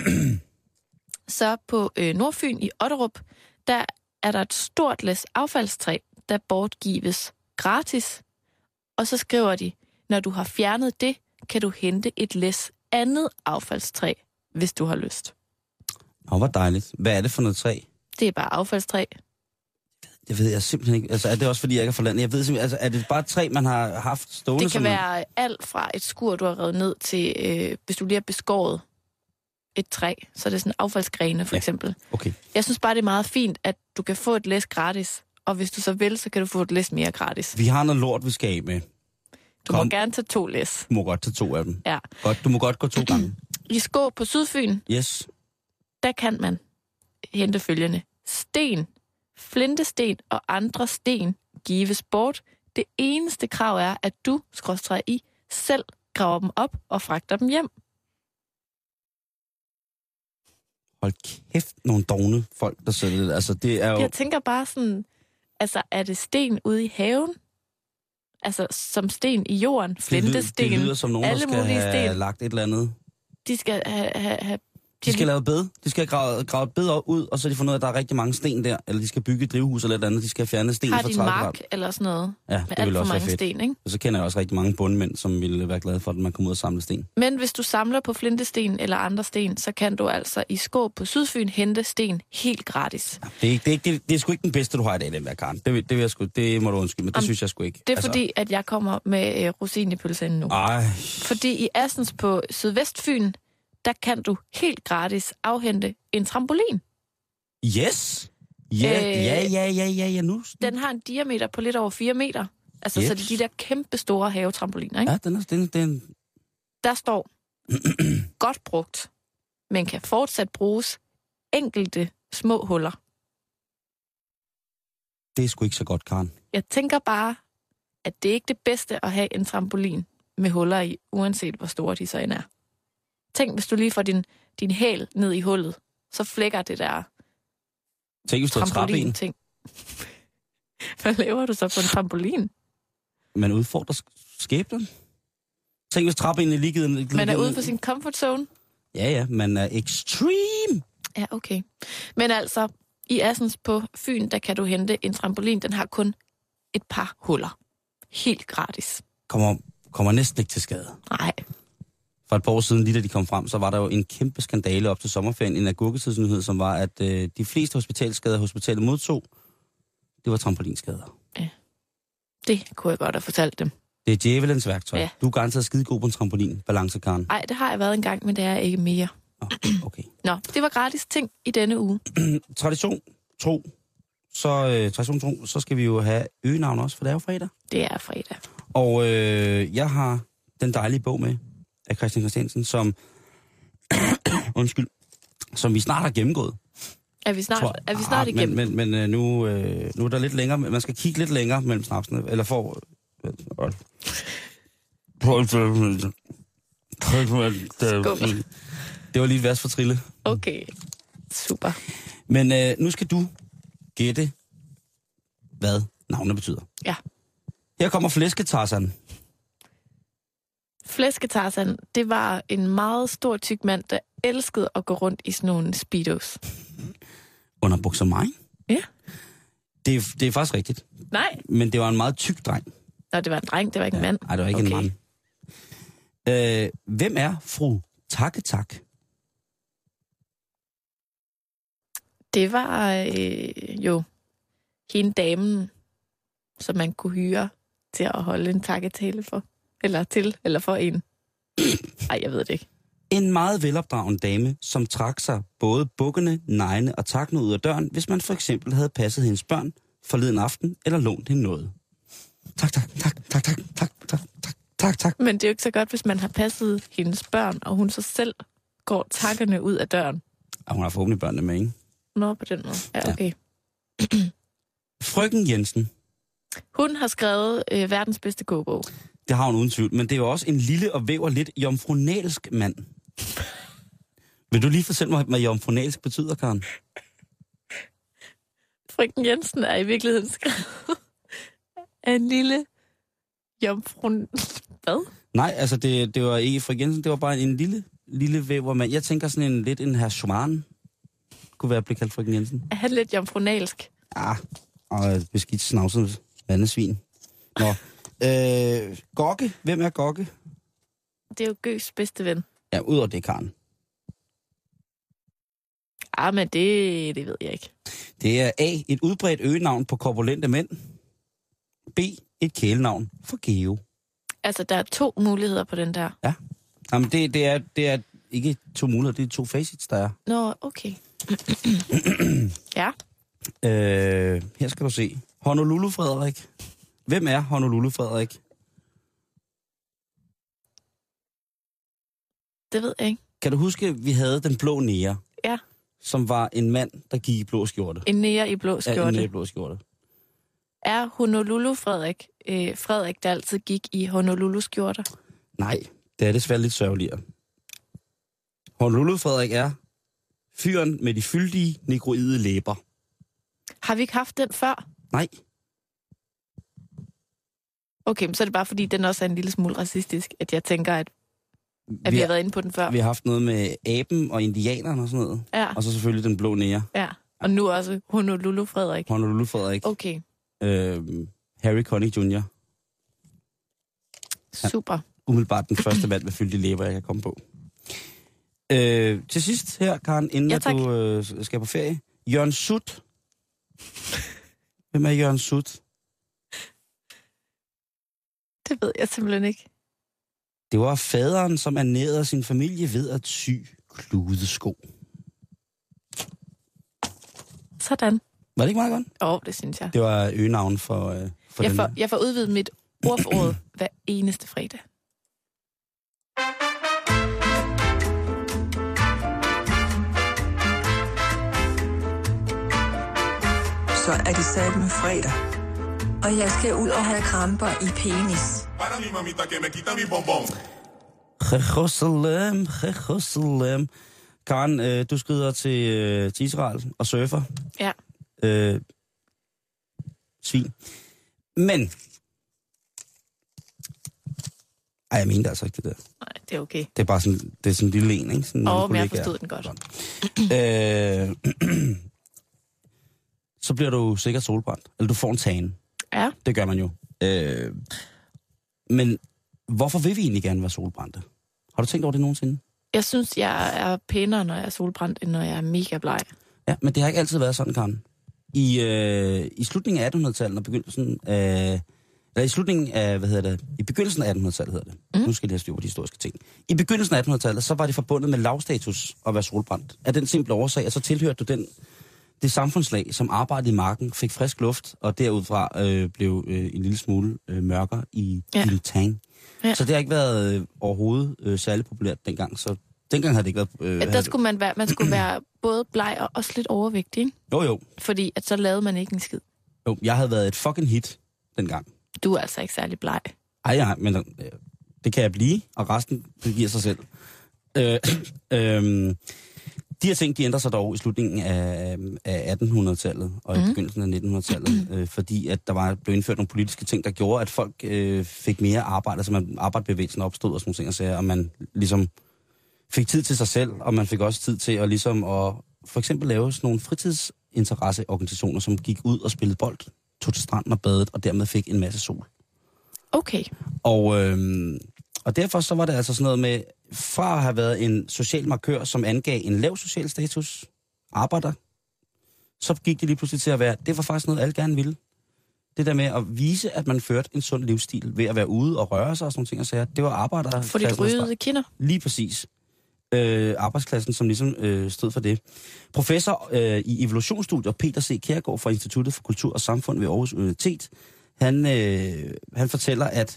Så på øh, Nordfyn i Otterup, der er der et stort læs affaldstræ, der bortgives gratis. Og så skriver de, når du har fjernet det, kan du hente et læs andet affaldstræ, hvis du har lyst. Åh, hvor dejligt. Hvad er det for noget træ? Det er bare affaldstræ. Det ved jeg simpelthen ikke. Altså, er det også, fordi jeg ikke er fra landet? Jeg ved simpelthen, altså, er det bare et træ, man har haft stående? Det kan man... være alt fra et skur, du har revet ned til, øh, hvis du lige har beskåret et træ, så er det sådan affaldsgrene, for ja. eksempel. Okay. Jeg synes bare, det er meget fint, at du kan få et læs gratis, og hvis du så vil, så kan du få et læs mere gratis. Vi har noget lort, vi skal af med. Du Kom. må gerne tage to læs. Du må godt tage to af dem. Ja. Godt, du må godt gå to gange. I Skå på Sydfyn, yes. der kan man hente følgende. Sten, flintesten og andre sten gives bort. Det eneste krav er, at du, skråstreg i, selv graver dem op og fragter dem hjem. Hold kæft, nogle dogne folk, der sidder det. Altså, det er jo... Jeg tænker bare sådan, altså, er det sten ude i haven? Altså, som sten i jorden, flintesten, det lyder som nogen, alle der skal mulige have sten. lagt et eller andet. De skal have... have, have De skal lave bed. De skal grave, grave et bed ud, og så har de fundet ud af, at der er rigtig mange sten der. Eller de skal bygge et drivhus eller et eller andet. De skal fjerne sten har fra de tredive mark grad. eller sådan noget? Ja, med det alt vil for også være mange fedt. sten, ikke? Og så kender jeg også rigtig mange bundmænd, som ville være glade for, at man kommer ud og samle sten. Men hvis du samler på flintesten eller andre sten, så kan du altså i Skåb på Sydfyn hente sten helt gratis. Ja, det, er, det, er, det, er, det er sgu ikke den bedste, du har i dag, den der, Karen. Det, det, vil jeg sgu, det må du undskylde, men det Om, synes jeg sgu ikke. Det er altså. fordi, at jeg kommer med øh, rosin i pølsen nu. Ej. Fordi i Assens på Sydvestfyn, der kan du helt gratis afhente en trampolin. Yes! Ja, Øh, ja, ja, ja, ja, ja, nu. Den har en diameter på lidt over fire meter. Altså, Yes. så det er de der kæmpe store havetrampoliner, ikke? Ja, den er, den, den. Der står, godt brugt, men kan fortsat bruges enkelte små huller. Det er sgu ikke så godt, Karen. Jeg tænker bare, at det er ikke det bedste at have en trampolin med huller i, uanset hvor store de så end er. Tænk, hvis du lige får din, din hæl ned i hullet, så flækker det der Tænk, hvis du har trappen, trampolin-ting. Hvad laver du så på en trampolin? man udfordrer sk- skæbnen. Tænk, hvis trappen er ligget... Man er ude for sin comfort zone. Ja, ja, man er extreme. Ja, okay. Men altså, i Assens på Fyn, der kan du hente en trampolin. Den har kun et par huller. Helt gratis. Kommer, kommer næsten ikke til skade. Nej. For et par år siden, lige da de kom frem, så var der jo en kæmpe skandale op til sommerferien, en agurketidsnyhed, som var, at øh, de fleste hospitalskader, hospitalet modtog, det var trampolinskader. Ja. Det kunne jeg godt have fortalt dem. Det er djævelens værktøj. Ja. Du er garanteret skide god på en trampolin, balancekaren. Nej, det har jeg været engang, men det er jeg ikke mere. Oh, okay. Nå, det var gratis ting i denne uge. Tradition, tro. Så, øh, tradition, tro, så skal vi jo have øgenavn også, for det er jo fredag. Det er fredag. Og øh, jeg har den dejlige bog med af Christian Christiansen, som, undskyld, som vi snart har gennemgået. Er vi snart, Tror, er vi snart ah, igennem? Men, men, men nu, øh, nu er der lidt længere, man skal kigge lidt længere mellem snapsene, eller for... Øh, det var lige et vers for Trille. Okay, super. Men øh, nu skal du gætte, hvad navnet betyder. Ja. Her kommer flæsketarsan. Flæsketarsan, det var en meget stor tyk mand, der elskede at gå rundt i sådan nogle speedos. Under bukser mig? Ja. Det er, det er faktisk rigtigt. Nej. Men det var en meget tyk dreng. Nå, det var en dreng, det var ikke en mand. Nej, det var ikke okay. en mand. Øh, hvem er fru Takketak? Det var øh, jo hende damen, som man kunne hyre til at holde en takketale for. Eller til, eller for en. Ej, jeg ved det ikke. En meget velopdragen dame, som trak sig både bukkene, neglene og takkene ud af døren, hvis man for eksempel havde passet hendes børn forleden aften, eller lånt hende noget. Tak, tak, tak, tak, tak, tak, tak, tak, tak, tak. Men det er jo ikke så godt, hvis man har passet hendes børn, og hun så selv går takkerne ud af døren. Og hun har forhåbentlig børnene med, ikke? Nå, på den måde. Ja, okay. Ja. Frøken Jensen. Hun har skrevet øh, verdens bedste kogebog. Det har hun uden tvivl, men det er jo også en lille og væver lidt jomfrunalsk mand. Vil du lige fortælle mig, hvad jomfrunalsk betyder, Karen? Frøken Jensen er i virkeligheden skrevet af en lille jomfrun... Hvad? Nej, altså det, det var ikke Frøken Jensen, det var bare en lille, lille væver mand. Jeg tænker sådan en lidt en herr Schwan kunne være blevet kaldt Frøken Jensen. Er han lidt jomfrunalsk? Ja, og et beskidt snavset vandesvin. Nå, øh, Gokke. Hvem er Gokke? Det er jo Gøs bedste ven. Ja, udover det, Karen. Ah, men det, det ved jeg ikke. Det er A, et udbredt øgenavn på korpulente mænd. B, et kælenavn for Geo. Altså, der er to muligheder på den der. Ja. Jamen, det, det, er, det er ikke to muligheder, det er to facits, der er. Nå, okay. Ja. Øh, her skal du se. Honolulu Frederik. Hvem er Honolulu Frederik? Det ved jeg ikke. Kan du huske, at vi havde den blå nære? Ja. Som var en mand, der gik i blå skjorte. En nære i blå skjorte. Ja, en nære i blå skjorte. Er Honolulu Frederik øh, Frederik, der altid gik i Honolulu-skjorter? Nej, det er desværre lidt sørgeligere. Honolulu Frederik er Fyren med de fyldige, negroide læber. Har vi ikke haft den før? Nej. Okay, så er det bare fordi, den også er en lille smule racistisk, at jeg tænker, at, at vi, vi har været inde på den før. Vi har haft noget med aben og indianerne og sådan noget. Ja. Og så selvfølgelig den blå nære. Ja, og nu også Honolulu Frederik. Honolulu Frederik. Okay. Øhm, Harry Connick junior Super. Umiddelbart den første mand med fyldige læber, jeg kan komme på. Øh, til sidst her, Karen, inden ja, at du øh, skal på ferie. Jørgen Sut. Hvem er Jørgen Sut? Det ved jeg simpelthen ikke. Det var faderen, som ernærede sin familie ved at sy kludesko. Sådan. Var det ikke meget godt? Åh, oh, det synes jeg. Det var øgenavn for, øh, for jeg den får, her. Jeg får udvidet mit ordforråd hver eneste fredag. Så er det sat med fredag. Og jeg skal ud og have kramper i penis. Jerusalem, Jerusalem. Karen, øh, du skrider til, øh, til Israel og surfer. Ja. Øh, svin. Men... Ej, jeg mente altså ikke det der. Nej, det er okay. Det er bare sådan, det er sådan en lille en, ikke? Åh, oh, men jeg forstod den godt. øh, så bliver du sikkert solbrændt. Eller du får en tan. Ja. Det gør man jo. Øh, men hvorfor vil vi egentlig gerne være solbrændte? Har du tænkt over det nogensinde? Jeg synes, jeg er pænere, når jeg er solbrændt, end når jeg er mega bleg. Ja, men det har ikke altid været sådan, Karen. I, øh, i slutningen af attenhundredetallet og begyndelsen af... Eller i slutningen af, hvad hedder det? I begyndelsen af attenhundredetallet hedder det. Mm. Nu skal jeg lige have styr på de historiske ting. I begyndelsen af attenhundredetallet, så var det forbundet med lavstatus at være solbrændt. Af den simple årsag, at så tilhørte du den, det samfundslag, som arbejdede i marken, fik frisk luft, og derudfra øh, blev øh, en lille smule øh, mørkere i ja. din tang. Ja. Så det har ikke været øh, overhovedet øh, særlig populært dengang, så dengang havde det ikke været... Øh, ja, der skulle man være, man skulle være både bleg og også lidt overvægtig, ikke? Jo, jo. Fordi at så lavede man ikke en skid. Jo, jeg havde været et fucking hit dengang. Du er altså ikke særlig bleg. Ej, ja, men øh, det kan jeg blive, og resten det giver sig selv. Øh, øh, de her ting, de ændrer sig dog i slutningen af, af attenhundredetallet og mm. i begyndelsen af nittenhundredetallet, øh, fordi at der var blev indført nogle politiske ting, der gjorde, at folk øh, fik mere arbejde, altså man, arbejdsbevægelsen opstod og sådan nogle ting, og, sager, og man ligesom fik tid til sig selv, og man fik også tid til at ligesom at for eksempel lave sådan nogle fritidsinteresseorganisationer, som gik ud og spillede bold, tog til stranden og badet, og dermed fik en masse sol. Okay. Og, øhm, og derfor så var det altså sådan noget med, fra at have været en social markør, som angav en lav social status, arbejder, så gik det lige pludselig til at være, det var faktisk noget, alle gerne ville. Det der med at vise, at man førte en sund livsstil ved at være ude og røre sig og sådan nogle ting og sager, det var arbejder. For de røde kinder. Lige præcis. Øh, arbejdsklassen, som ligesom øh, stod for det. Professor øh, i evolutionsstudier, Peter C. Kjærgaard fra Instituttet for Kultur og Samfund ved Aarhus Universitet, han, øh, han fortæller, at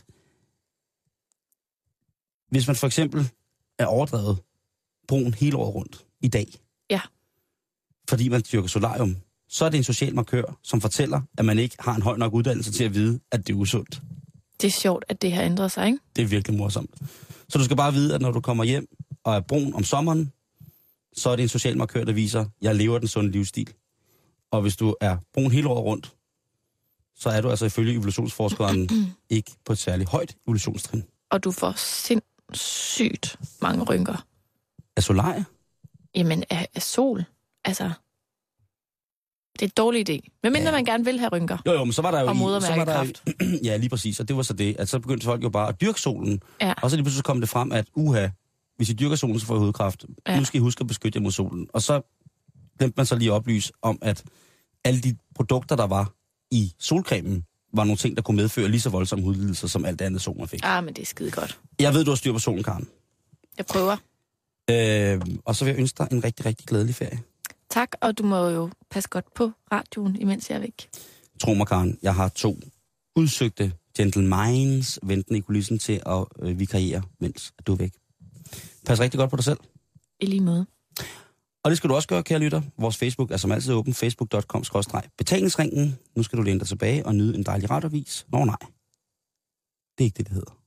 hvis man for eksempel er overdrevet brun hele året rundt i dag, ja. fordi man dyrker solarium, så er det en social markør, som fortæller, at man ikke har en høj nok uddannelse til at vide, at det er usundt. Det er sjovt, at det har ændret sig, ikke? Det er virkelig morsomt. Så du skal bare vide, at når du kommer hjem og er brun om sommeren, så er det en social markør, der viser, at jeg lever den sunde livsstil. Og hvis du er brun hele året rundt, så er du altså ifølge evolutionsforskeren ikke på et særligt højt evolutionstrin. Og du får sindssygt mange rynker. Af solarie? Jamen, af, af sol. Altså, det er en dårlig idé. Men mindre ja. man gerne vil have rynker. Jo, jo, men så var der jo... Og modermærkekraft. Ja, lige præcis. Og det var så det, at så begyndte folk jo bare at dyrke solen. Ja. Og så lige pludselig kom det frem, at uha, hvis I dyrker solen, så får I hudkræft. Ja. Nu skal I huske at beskytte jer mod solen. Og så glemte man så lige at oplyse om, at alle de produkter, der var i solcremen, var nogle ting, der kunne medføre lige så voldsomme hudlidelser, som alt andet sol, man fik. Ah, men det er skide godt. Jeg ved, du har styr på solen, Karen. Jeg prøver. Øh, og så vil jeg ønske dig en rigtig, rigtig glædelig ferie. Tak, og du må jo passe godt på radioen, imens jeg er væk. Tro mig, Karen, jeg har to udsøgte gentlemans ventende i kulissen til at øh, vikariere, mens du er væk. Pas rigtig godt på dig selv. I lige måde. Og det skal du også gøre, kære lytter. Vores Facebook er som altid åben, facebook punktum com skråstreg betalingsringen. Nu skal du læne dig tilbage og nyde en dejlig radioavis. Nå nej, det er ikke det, det hedder.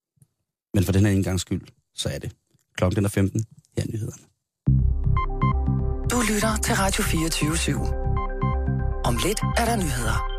Men for den her engangs skyld, så er det. Klokken den er femten. Her er nyhederne. Du lytter til Radio fireogtyve syv. Om lidt er der nyheder.